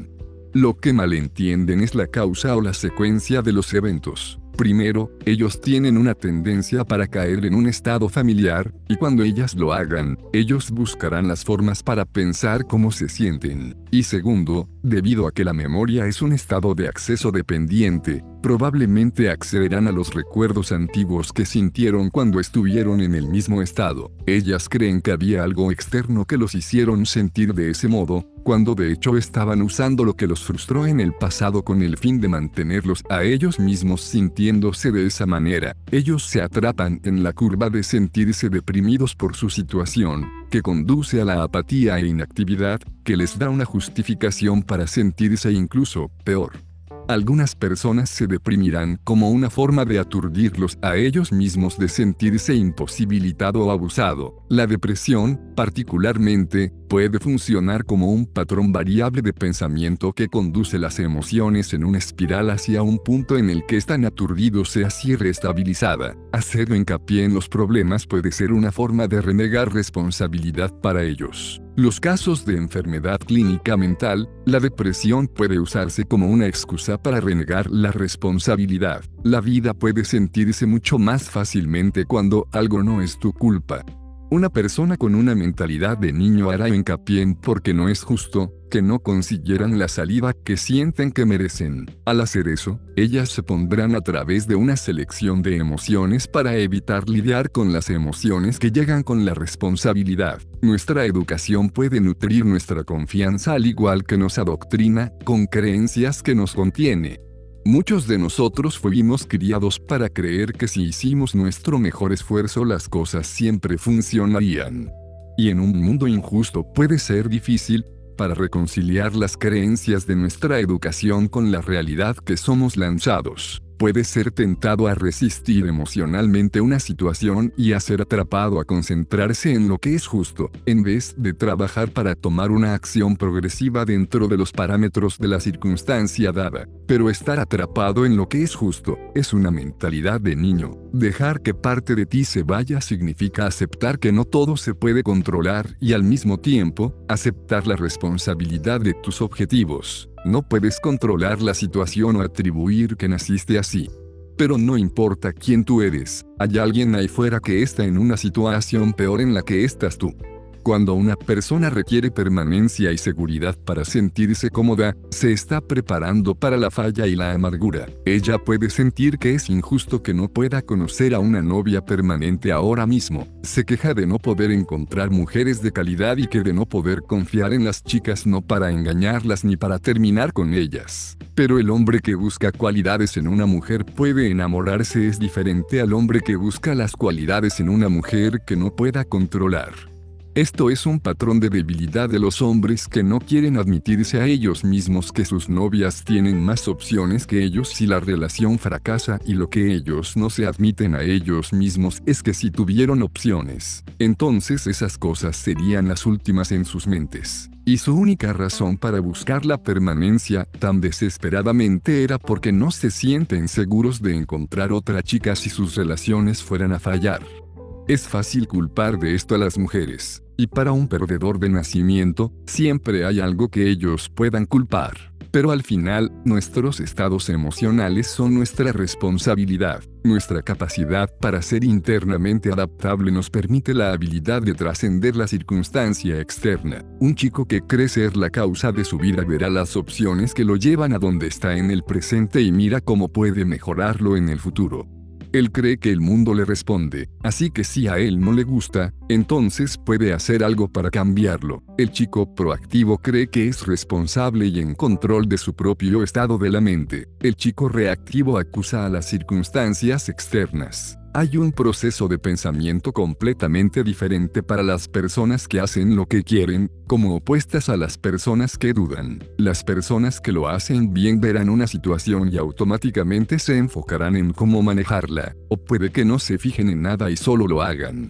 A: Lo que malentienden es la causa o la secuencia de los eventos. Primero, ellos tienen una tendencia para caer en un estado familiar, y cuando ellas lo hagan, ellos buscarán las formas para pensar cómo se sienten. Y segundo, debido a que la memoria es un estado de acceso dependiente, probablemente accederán a los recuerdos antiguos que sintieron cuando estuvieron en el mismo estado. Ellas creen que había algo externo que los hicieron sentir de ese modo, cuando de hecho estaban usando lo que los frustró en el pasado con el fin de mantenerlos a ellos mismos sintiéndose de esa manera. Ellos se atrapan en la curva de sentirse deprimidos por su situación, que conduce a la apatía e inactividad, que les da una justificación para sentirse incluso peor. Algunas personas se deprimirán como una forma de aturdirlos a ellos mismos de sentirse imposibilitado o abusado. La depresión, particularmente, puede funcionar como un patrón variable de pensamiento que conduce las emociones en una espiral hacia un punto en el que están aturdidos y así reestabilizada. Hacer hincapié en los problemas puede ser una forma de renegar responsabilidad para ellos. Los casos de enfermedad clínica mental, la depresión puede usarse como una excusa para renegar la responsabilidad. La vida puede sentirse mucho más fácilmente cuando algo no es tu culpa. Una persona con una mentalidad de niño hará hincapié en porque no es justo que no consiguieran la salida que sienten que merecen. Al hacer eso, ellas se pondrán a través de una selección de emociones para evitar lidiar con las emociones que llegan con la responsabilidad. Nuestra educación puede nutrir nuestra confianza al igual que nos adoctrina con creencias que nos contiene. Muchos de nosotros fuimos criados para creer que si hicimos nuestro mejor esfuerzo las cosas siempre funcionarían. Y en un mundo injusto puede ser difícil para reconciliar las creencias de nuestra educación con la realidad que somos lanzados. Puede ser tentado a resistir emocionalmente una situación y a ser atrapado a concentrarse en lo que es justo, en vez de trabajar para tomar una acción progresiva dentro de los parámetros de la circunstancia dada. Pero estar atrapado en lo que es justo, es una mentalidad de niño. Dejar que parte de ti se vaya significa aceptar que no todo se puede controlar y al mismo tiempo, aceptar la responsabilidad de tus objetivos. No puedes controlar la situación o atribuir que naciste así. Pero no importa quién tú eres, hay alguien ahí fuera que está en una situación peor en la que estás tú. Cuando una persona requiere permanencia y seguridad para sentirse cómoda, se está preparando para la falla y la amargura. Ella puede sentir que es injusto que no pueda conocer a una novia permanente ahora mismo. Se queja de no poder encontrar mujeres de calidad y que de no poder confiar en las chicas no para engañarlas ni para terminar con ellas. Pero el hombre que busca cualidades en una mujer puede enamorarse es diferente al hombre que busca las cualidades en una mujer que no pueda controlar. Esto es un patrón de debilidad de los hombres que no quieren admitirse a ellos mismos que sus novias tienen más opciones que ellos si la relación fracasa y lo que ellos no se admiten a ellos mismos es que si tuvieron opciones, entonces esas cosas serían las últimas en sus mentes. Y su única razón para buscar la permanencia tan desesperadamente era porque no se sienten seguros de encontrar otra chica si sus relaciones fueran a fallar. Es fácil culpar de esto a las mujeres, y para un perdedor de nacimiento, siempre hay algo que ellos puedan culpar. Pero al final, nuestros estados emocionales son nuestra responsabilidad. Nuestra capacidad para ser internamente adaptable nos permite la habilidad de trascender la circunstancia externa. Un chico que cree ser la causa de su vida verá las opciones que lo llevan a donde está en el presente y mira cómo puede mejorarlo en el futuro. Él cree que el mundo le responde, así que si a él no le gusta, entonces puede hacer algo para cambiarlo. El chico proactivo cree que es responsable y en control de su propio estado de la mente. El chico reactivo acusa a las circunstancias externas. Hay un proceso de pensamiento completamente diferente para las personas que hacen lo que quieren, como opuestas a las personas que dudan. Las personas que lo hacen bien verán una situación y automáticamente se enfocarán en cómo manejarla, o puede que no se fijen en nada y solo lo hagan.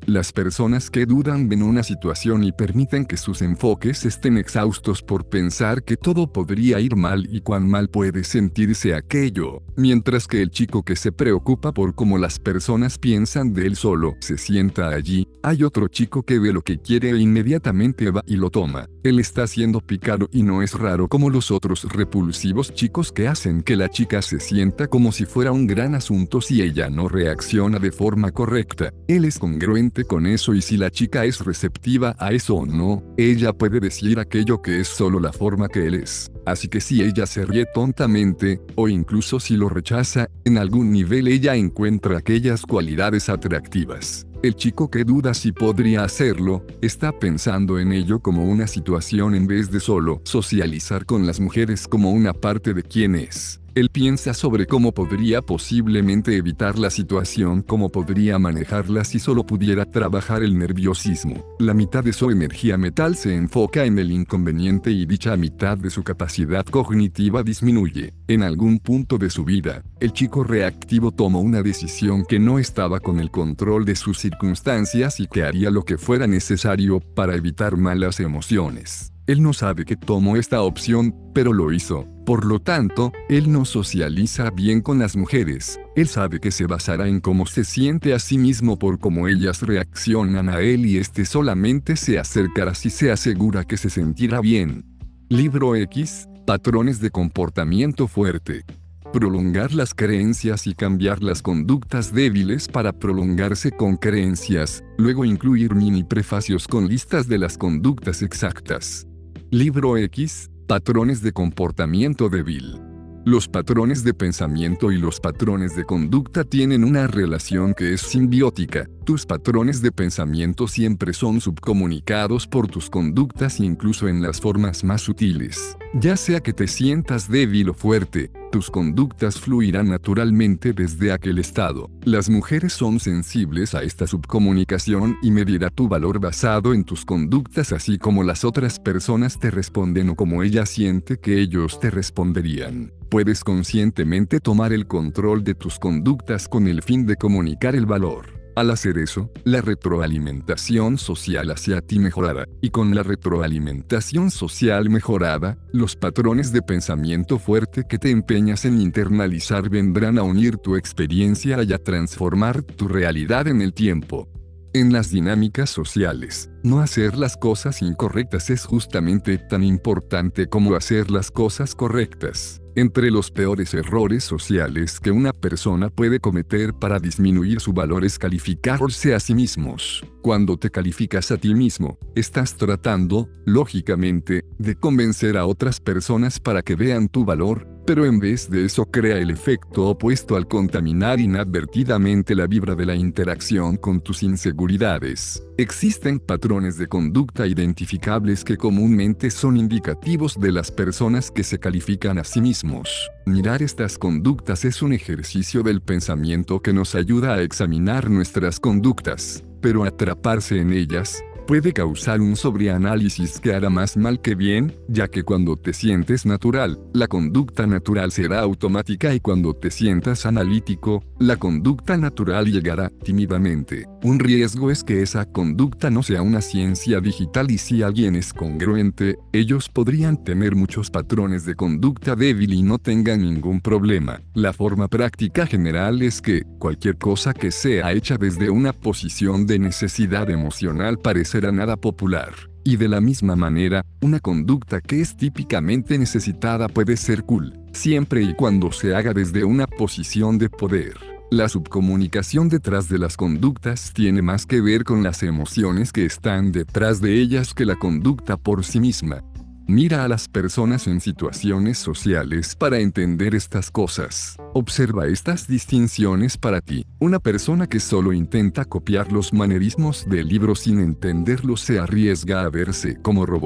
A: Las personas que dudan ven una situación y permiten que sus enfoques estén exhaustos por pensar que todo podría ir mal y cuán mal puede sentirse aquello, mientras que el chico que se preocupa por cómo las personas piensan de él solo se sienta allí. Hay otro chico que ve lo que quiere e inmediatamente va y lo toma. Él está siendo picado y no es raro como los otros repulsivos chicos que hacen que la chica se sienta como si fuera un gran asunto si ella no reacciona de forma correcta. Él es congruente con eso y si la chica es receptiva a eso o no, ella puede decir aquello que es solo la forma que él es. Así que si ella se ríe tontamente, o incluso si lo rechaza, en algún nivel ella encuentra aquellas cualidades atractivas. El chico que duda si podría hacerlo, está pensando en ello como una situación en vez de solo socializar con las mujeres como una parte de quién es. Él piensa sobre cómo podría posiblemente evitar la situación, cómo podría manejarla si solo pudiera trabajar el nerviosismo. La mitad de su energía mental se enfoca en el inconveniente y dicha mitad de su capacidad cognitiva disminuye. En algún punto de su vida, el chico reactivo tomó una decisión que no estaba con el control de sus circunstancias y que haría lo que fuera necesario para evitar malas emociones. Él no sabe que tomó esta opción, pero lo hizo. Por lo tanto, él no socializa bien con las mujeres. Él sabe que se basará en cómo se siente a sí mismo por cómo ellas reaccionan a él y este solamente se acercará si se asegura que se sentirá bien. Libro X, Patrones de comportamiento fuerte. Prolongar las creencias y cambiar las conductas débiles para prolongarse con creencias, luego incluir mini prefacios con listas de las conductas exactas. Libro X, Patrones de comportamiento débil. Los patrones de pensamiento y los patrones de conducta tienen una relación que es simbiótica. Tus patrones de pensamiento siempre son subcomunicados por tus conductas incluso en las formas más sutiles. Ya sea que te sientas débil o fuerte, tus conductas fluirán naturalmente desde aquel estado. Las mujeres son sensibles a esta subcomunicación y medirá tu valor basado en tus conductas así como las otras personas te responden o como ella siente que ellos te responderían. Puedes conscientemente tomar el control de tus conductas con el fin de comunicar el valor. Al hacer eso, la retroalimentación social hacia ti mejorará, y con la retroalimentación social mejorada, los patrones de pensamiento fuerte que te empeñas en internalizar vendrán a unir tu experiencia y a transformar tu realidad en el tiempo. En las dinámicas sociales, no hacer las cosas incorrectas es justamente tan importante como hacer las cosas correctas. Entre los peores errores sociales que una persona puede cometer para disminuir su valor es calificarse a sí mismos. Cuando te calificas a ti mismo, estás tratando, lógicamente, de convencer a otras personas para que vean tu valor, pero en vez de eso crea el efecto opuesto al contaminar inadvertidamente la vibra de la interacción con tus inseguridades. Existen patrones de conducta identificables que comúnmente son indicativos de las personas que se califican a sí mismos. Mirar estas conductas es un ejercicio del pensamiento que nos ayuda a examinar nuestras conductas, pero atraparse en ellas puede causar un sobreanálisis que hará más mal que bien, ya que cuando te sientes natural, la conducta natural será automática y cuando te sientas analítico, la conducta natural llegará tímidamente. Un riesgo es que esa conducta no sea una ciencia digital y si alguien es congruente, ellos podrían tener muchos patrones de conducta débil y no tengan ningún problema. La forma práctica general es que, cualquier cosa que sea hecha desde una posición de necesidad emocional parecerá nada popular. Y de la misma manera, una conducta que es típicamente necesitada puede ser cool, siempre y cuando se haga desde una posición de poder. La subcomunicación detrás de las conductas tiene más que ver con las emociones que están detrás de ellas que la conducta por sí misma. Mira a las personas en situaciones sociales para entender estas cosas. Observa estas distinciones para ti. Una persona que solo intenta copiar los manerismos del libro sin entenderlos se arriesga a verse como robot.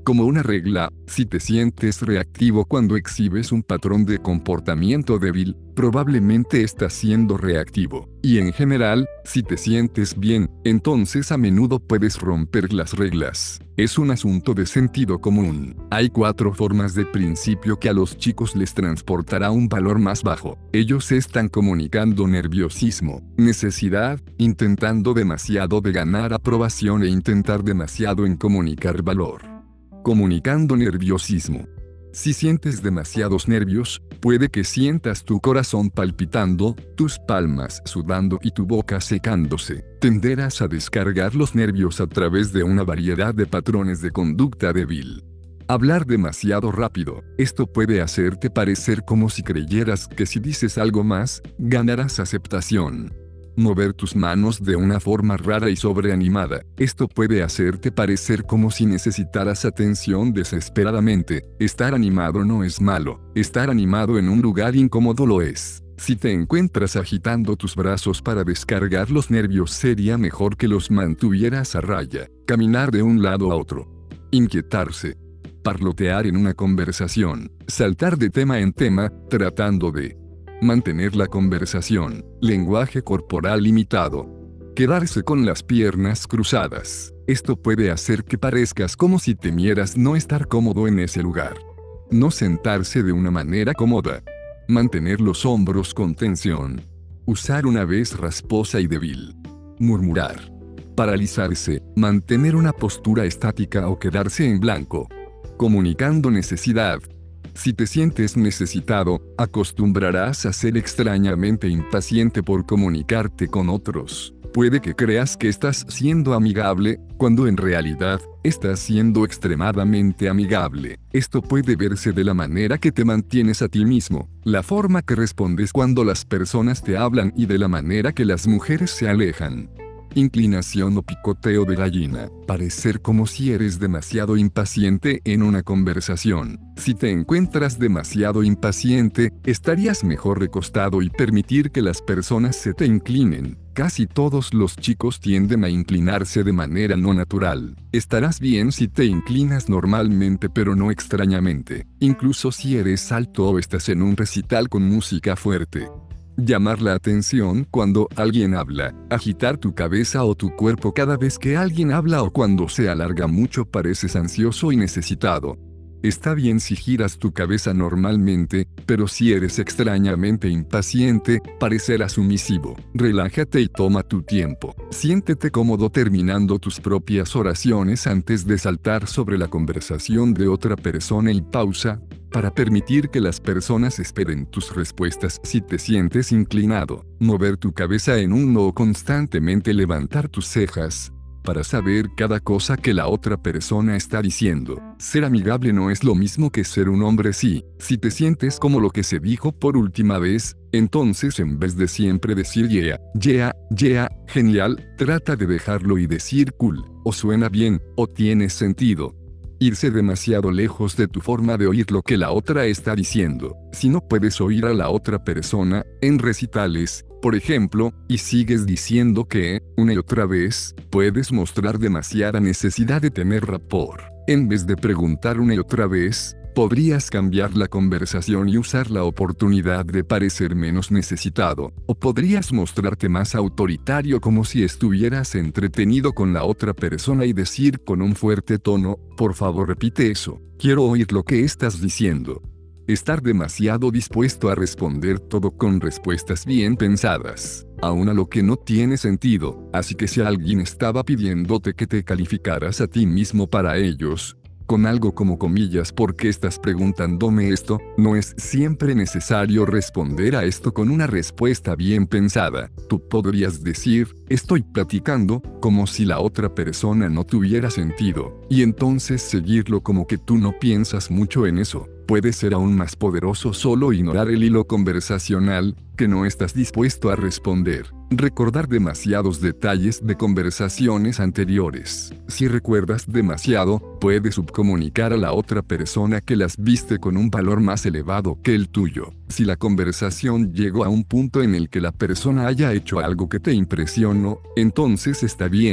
A: Como una regla, si te sientes reactivo cuando exhibes un patrón de comportamiento débil, probablemente estás siendo reactivo. Y en general, si te sientes bien, entonces a menudo puedes romper las reglas. Es un asunto de sentido común. Hay 4 formas de principio que a los chicos les transportará un valor más bajo. Ellos están comunicando nerviosismo, necesidad, intentando demasiado de ganar aprobación e intentar demasiado en comunicar valor. Comunicando nerviosismo. Si sientes demasiados nervios, puede que sientas tu corazón palpitando, tus palmas sudando y tu boca secándose. Tenderás a descargar los nervios a través de una variedad de patrones de conducta débil. Hablar demasiado rápido. Esto puede hacerte parecer como si creyeras que si dices algo más, ganarás aceptación. Mover tus manos de una forma rara y sobreanimada. Esto puede hacerte parecer como si necesitaras atención desesperadamente. Estar animado no es malo. Estar animado en un lugar incómodo lo es. Si te encuentras agitando tus brazos para descargar los nervios, sería mejor que los mantuvieras a raya. Caminar de un lado a otro. Inquietarse. Parlotear en una conversación. Saltar de tema en tema, tratando de mantener la conversación. Lenguaje corporal limitado. Quedarse con las piernas cruzadas. Esto puede hacer que parezcas como si temieras no estar cómodo en ese lugar. No sentarse de una manera cómoda. Mantener los hombros con tensión. Usar una voz rasposa y débil. Murmurar. Paralizarse. Mantener una postura estática o quedarse en blanco. Comunicando necesidad. Si te sientes necesitado, acostumbrarás a ser extrañamente impaciente por comunicarte con otros. Puede que creas que estás siendo amigable, cuando en realidad, estás siendo extremadamente amigable. Esto puede verse de la manera que te mantienes a ti mismo, la forma que respondes cuando las personas te hablan y de la manera que las mujeres se alejan. Inclinación o picoteo de gallina. Parecer como si eres demasiado impaciente en una conversación. Si te encuentras demasiado impaciente, estarías mejor recostado y permitir que las personas se te inclinen. Casi todos los chicos tienden a inclinarse de manera no natural. Estarás bien si te inclinas normalmente, pero no extrañamente. Incluso si eres alto o estás en un recital con música fuerte. Llamar la atención cuando alguien habla. Agitar tu cabeza o tu cuerpo cada vez que alguien habla o cuando se alarga mucho pareces ansioso y necesitado. Está bien si giras tu cabeza normalmente, pero si eres extrañamente impaciente, parecerás sumisivo. Relájate y toma tu tiempo. Siéntete cómodo terminando tus propias oraciones antes de saltar sobre la conversación de otra persona y pausa, para permitir que las personas esperen tus respuestas. Si te sientes inclinado, mover tu cabeza en un no o constantemente levantar tus cejas, para saber cada cosa que la otra persona está diciendo. Ser amigable no es lo mismo que ser un hombre sí. Si te sientes como lo que se dijo por última vez, entonces en vez de siempre decir yeah, genial, trata de dejarlo y decir cool, o suena bien, o tiene sentido. Irse demasiado lejos de tu forma de oír lo que la otra está diciendo. Si no puedes oír a la otra persona, en recitales, por ejemplo, y sigues diciendo que, una y otra vez, puedes mostrar demasiada necesidad de tener rapport. En vez de preguntar una y otra vez, podrías cambiar la conversación y usar la oportunidad de parecer menos necesitado, o podrías mostrarte más autoritario como si estuvieras entretenido con la otra persona y decir con un fuerte tono, por favor repite eso, quiero oír lo que estás diciendo. Estar demasiado dispuesto a responder todo con respuestas bien pensadas, aun a lo que no tiene sentido, así que si alguien estaba pidiéndote que te calificaras a ti mismo para ellos, con algo como comillas, ¿por qué estás preguntándome esto? No es siempre necesario responder a esto con una respuesta bien pensada. Tú podrías decir, estoy platicando, como si la otra persona no tuviera sentido, y entonces seguirlo como que tú no piensas mucho en eso. Puede ser aún más poderoso solo ignorar el hilo conversacional, que no estás dispuesto a responder. Recordar demasiados detalles de conversaciones anteriores. Si recuerdas demasiado, puedes subcomunicar a la otra persona que las viste con un valor más elevado que el tuyo. Si la conversación llegó a un punto en el que la persona haya hecho algo que te impresionó, entonces está bien.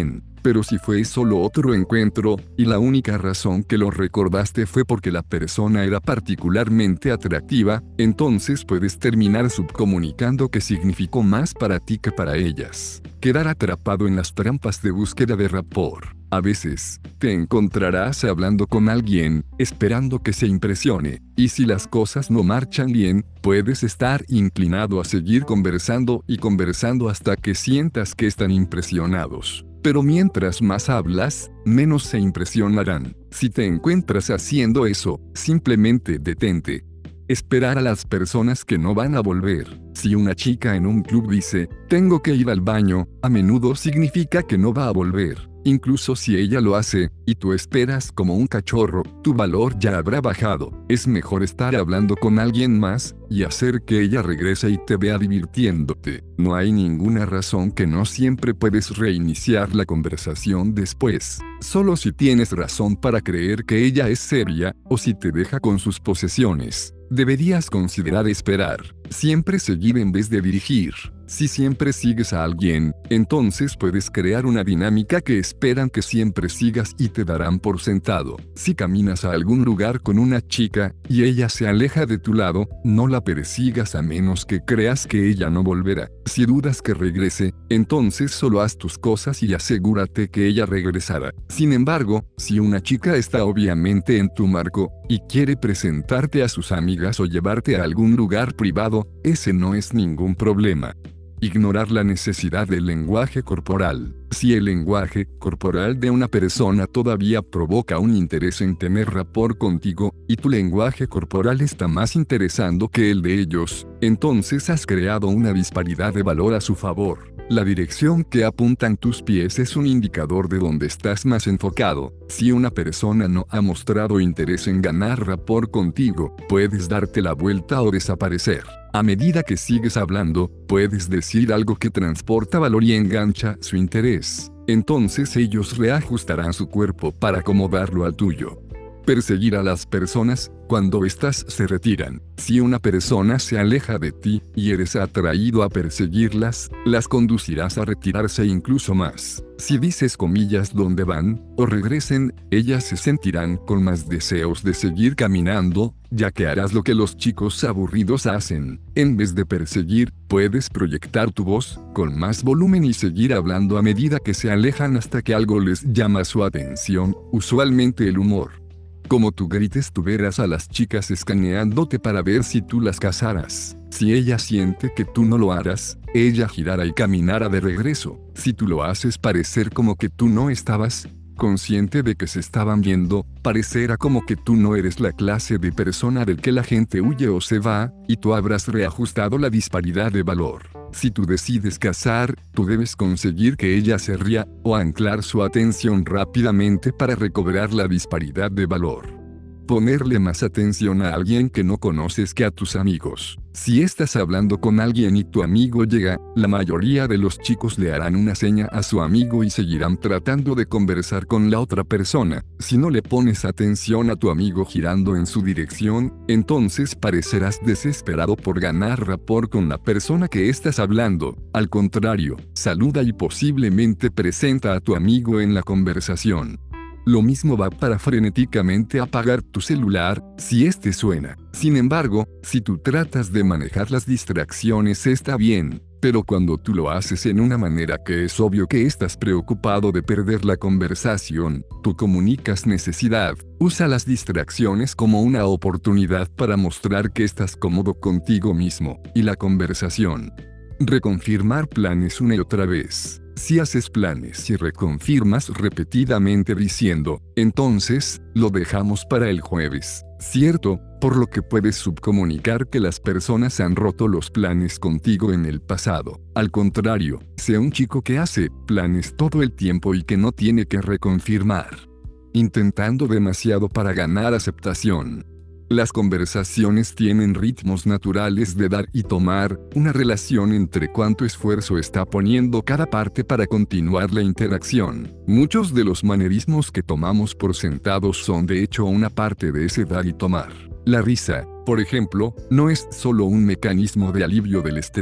A: Pero si fue solo otro encuentro, y la única razón que lo recordaste fue porque la persona era particularmente atractiva, entonces puedes terminar subcomunicando que significó más para ti que para ellas. Quedar atrapado en las trampas de búsqueda de rapport. A veces, te encontrarás hablando con alguien, esperando que se impresione, y si las cosas no marchan bien, puedes estar inclinado a seguir conversando y conversando hasta que sientas que están impresionados. Pero mientras más hablas, menos se impresionarán. Si te encuentras haciendo eso, simplemente detente. Esperar a las personas que no van a volver. Si una chica en un club dice, tengo que ir al baño, a menudo significa que no va a volver. Incluso si ella lo hace, y tú esperas como un cachorro, tu valor ya habrá bajado. Es mejor estar hablando con alguien más, y hacer que ella regrese y te vea divirtiéndote. No hay ninguna razón que no siempre puedes reiniciar la conversación después. Solo si tienes razón para creer que ella es seria, o si te deja con sus posesiones. Deberías considerar esperar. Siempre seguir en vez de dirigir. Si siempre sigues a alguien, entonces puedes crear una dinámica que esperan que siempre sigas y te darán por sentado. Si caminas a algún lugar con una chica, y ella se aleja de tu lado, no la persigas a menos que creas que ella no volverá. Si dudas que regrese, entonces solo haz tus cosas y asegúrate que ella regresará. Sin embargo, si una chica está obviamente en tu marco, y quiere presentarte a sus amigas o llevarte a algún lugar privado, ese no es ningún problema. Ignorar la necesidad del lenguaje corporal. Si el lenguaje corporal de una persona todavía provoca un interés en tener rapport contigo, y tu lenguaje corporal está más interesando que el de ellos, entonces has creado una disparidad de valor a su favor. La dirección que apuntan tus pies es un indicador de dónde estás más enfocado. Si una persona no ha mostrado interés en ganar rapport contigo, puedes darte la vuelta o desaparecer. A medida que sigues hablando, puedes decir algo que transporta valor y engancha su interés. Entonces ellos reajustarán su cuerpo para acomodarlo al tuyo. Perseguir a las personas, cuando éstas se retiran. Si una persona se aleja de ti, y eres atraído a perseguirlas, las conducirás a retirarse incluso más. Si dices comillas dónde van, o regresen, ellas se sentirán con más deseos de seguir caminando, ya que harás lo que los chicos aburridos hacen. En vez de perseguir, puedes proyectar tu voz, con más volumen y seguir hablando a medida que se alejan hasta que algo les llama su atención, usualmente el humor. Como tú grites, tú verás a las chicas escaneándote para ver si tú las cazaras. Si ella siente que tú no lo harás, ella girará y caminará de regreso. Si tú lo haces parecer como que tú no estabas consciente de que se estaban viendo, parecerá como que tú no eres la clase de persona del que la gente huye o se va, y tú habrás reajustado la disparidad de valor. Si tú decides cazar, tú debes conseguir que ella se ría, o anclar su atención rápidamente para recobrar la disparidad de valor. Ponerle más atención a alguien que no conoces que a tus amigos. Si estás hablando con alguien y tu amigo llega, la mayoría de los chicos le harán una seña a su amigo y seguirán tratando de conversar con la otra persona. Si no le pones atención a tu amigo girando en su dirección, entonces parecerás desesperado por ganar rapport con la persona que estás hablando. Al contrario, saluda y posiblemente presenta a tu amigo en la conversación. Lo mismo va para frenéticamente apagar tu celular, si este suena. Sin embargo, si tú tratas de manejar las distracciones está bien, pero cuando tú lo haces en una manera que es obvio que estás preocupado de perder la conversación, tú comunicas necesidad. Usa las distracciones como una oportunidad para mostrar que estás cómodo contigo mismo y la conversación. Reconfirmar planes una y otra vez. Si haces planes y reconfirmas repetidamente diciendo, entonces, lo dejamos para el jueves, ¿cierto? Por lo que puedes subcomunicar que las personas han roto los planes contigo en el pasado. Al contrario, sea un chico que hace planes todo el tiempo y que no tiene que reconfirmar. Intentando demasiado para ganar aceptación. Las conversaciones tienen ritmos naturales de dar y tomar, una relación entre cuánto esfuerzo está poniendo cada parte para continuar la interacción. Muchos de los manerismos que tomamos por sentados son de hecho una parte de ese dar y tomar. La risa, por ejemplo, no es solo un mecanismo de alivio del estrés,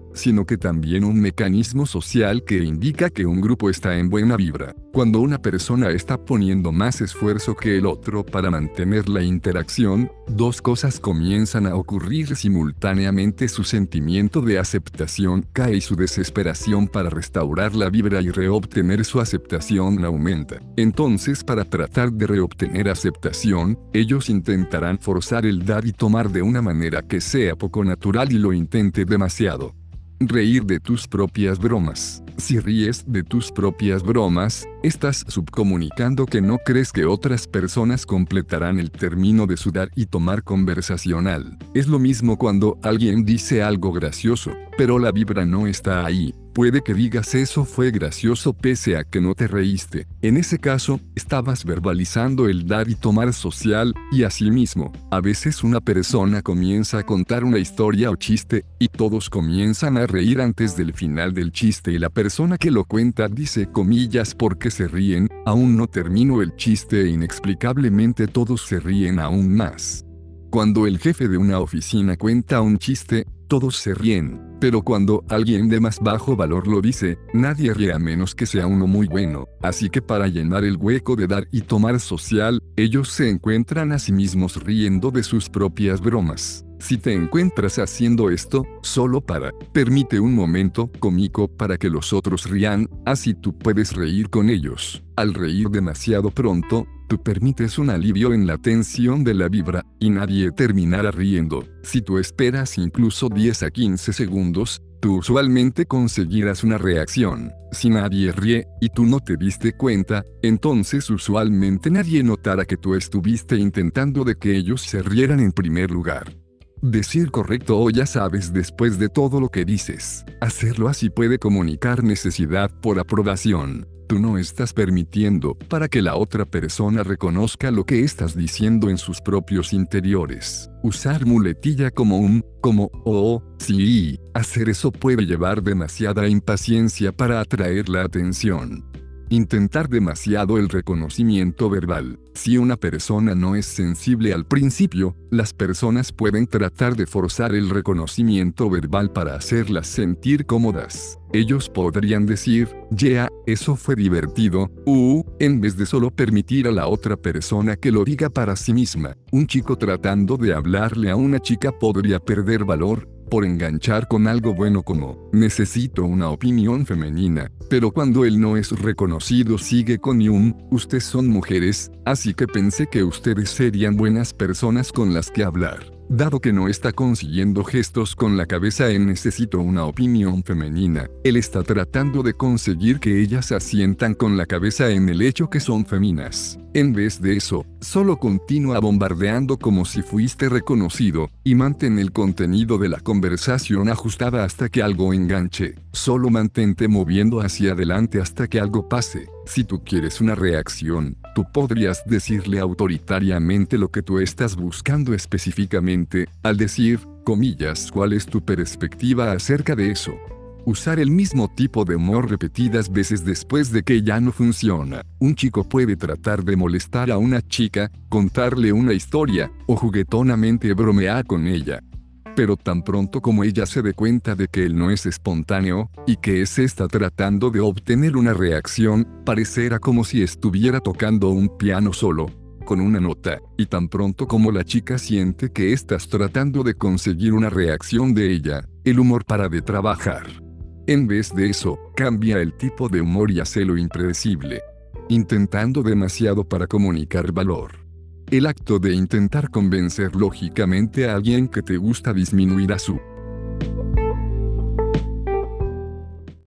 A: sino que también un mecanismo social que indica que un grupo está en buena vibra. Cuando una persona está poniendo más esfuerzo que el otro para mantener la interacción, dos cosas comienzan a ocurrir simultáneamente: su sentimiento de aceptación cae y su desesperación para restaurar la vibra y reobtener su aceptación aumenta. Entonces, para tratar de reobtener aceptación, ellos intentarán forzar el dar y tomar de una manera que sea poco natural y lo intente demasiado. Reír de tus propias bromas. Si ríes de tus propias bromas, estás subcomunicando que no crees que otras personas completarán el término de su dar y tomar conversacional. Es lo mismo cuando alguien dice algo gracioso, pero la vibra no está ahí. Puede que digas eso fue gracioso pese a que no te reíste. En ese caso, estabas verbalizando el dar y tomar social, y asimismo, a veces una persona comienza a contar una historia o chiste, y todos comienzan a reír antes del final del chiste y la persona que lo cuenta dice comillas porque se ríen, aún no termino el chiste e inexplicablemente todos se ríen aún más. Cuando el jefe de una oficina cuenta un chiste, todos se ríen, pero cuando alguien de más bajo valor lo dice, nadie ríe a menos que sea uno muy bueno. Así que para llenar el hueco de dar y tomar social, ellos se encuentran a sí mismos riendo de sus propias bromas. Si te encuentras haciendo esto, solo permite un momento cómico para que los otros rían, así tú puedes reír con ellos. Al reír demasiado pronto, tú permites un alivio en la tensión de la vibra, y nadie terminará riendo. Si tú esperas incluso 10 a 15 segundos, tú usualmente conseguirás una reacción. Si nadie ríe, y tú no te diste cuenta, entonces usualmente nadie notará que tú estuviste intentando de que ellos se rieran en primer lugar. Decir correcto o ya sabes después de todo lo que dices. Hacerlo así puede comunicar necesidad por aprobación. Tú no estás permitiendo para que la otra persona reconozca lo que estás diciendo en sus propios interiores. Usar muletilla como o, sí, hacer eso puede llevar demasiada impaciencia para atraer la atención. Intentar demasiado el reconocimiento verbal. Si una persona no es sensible al principio, las personas pueden tratar de forzar el reconocimiento verbal para hacerlas sentir cómodas. Ellos podrían decir, yeah, eso fue divertido, en vez de solo permitir a la otra persona que lo diga para sí misma. Un chico tratando de hablarle a una chica podría perder valor por enganchar con algo bueno como, necesito una opinión femenina, pero cuando él no es reconocido sigue con ustedes son mujeres, así que pensé que ustedes serían buenas personas con las que hablar. Dado que no está consiguiendo gestos con la cabeza en necesito una opinión femenina, él está tratando de conseguir que ellas asientan con la cabeza en el hecho que son feminas. En vez de eso, solo continúa bombardeando como si fuiste reconocido, y mantén el contenido de la conversación ajustada hasta que algo enganche. Solo mantente moviendo hacia adelante hasta que algo pase. Si tú quieres una reacción, tú podrías decirle autoritariamente lo que tú estás buscando específicamente, al decir, comillas, ¿cuál es tu perspectiva acerca de eso? Usar el mismo tipo de humor repetidas veces después de que ya no funciona. Un chico puede tratar de molestar a una chica, contarle una historia, o juguetonamente bromear con ella. Pero tan pronto como ella se dé cuenta de que él no es espontáneo, y que ese está tratando de obtener una reacción, parecerá como si estuviera tocando un piano solo, con una nota, y tan pronto como la chica siente que estás tratando de conseguir una reacción de ella, el humor para de trabajar. En vez de eso, cambia el tipo de humor y hacelo impredecible. Intentando demasiado para comunicar valor. El acto de intentar convencer lógicamente a alguien que te gusta disminuirá su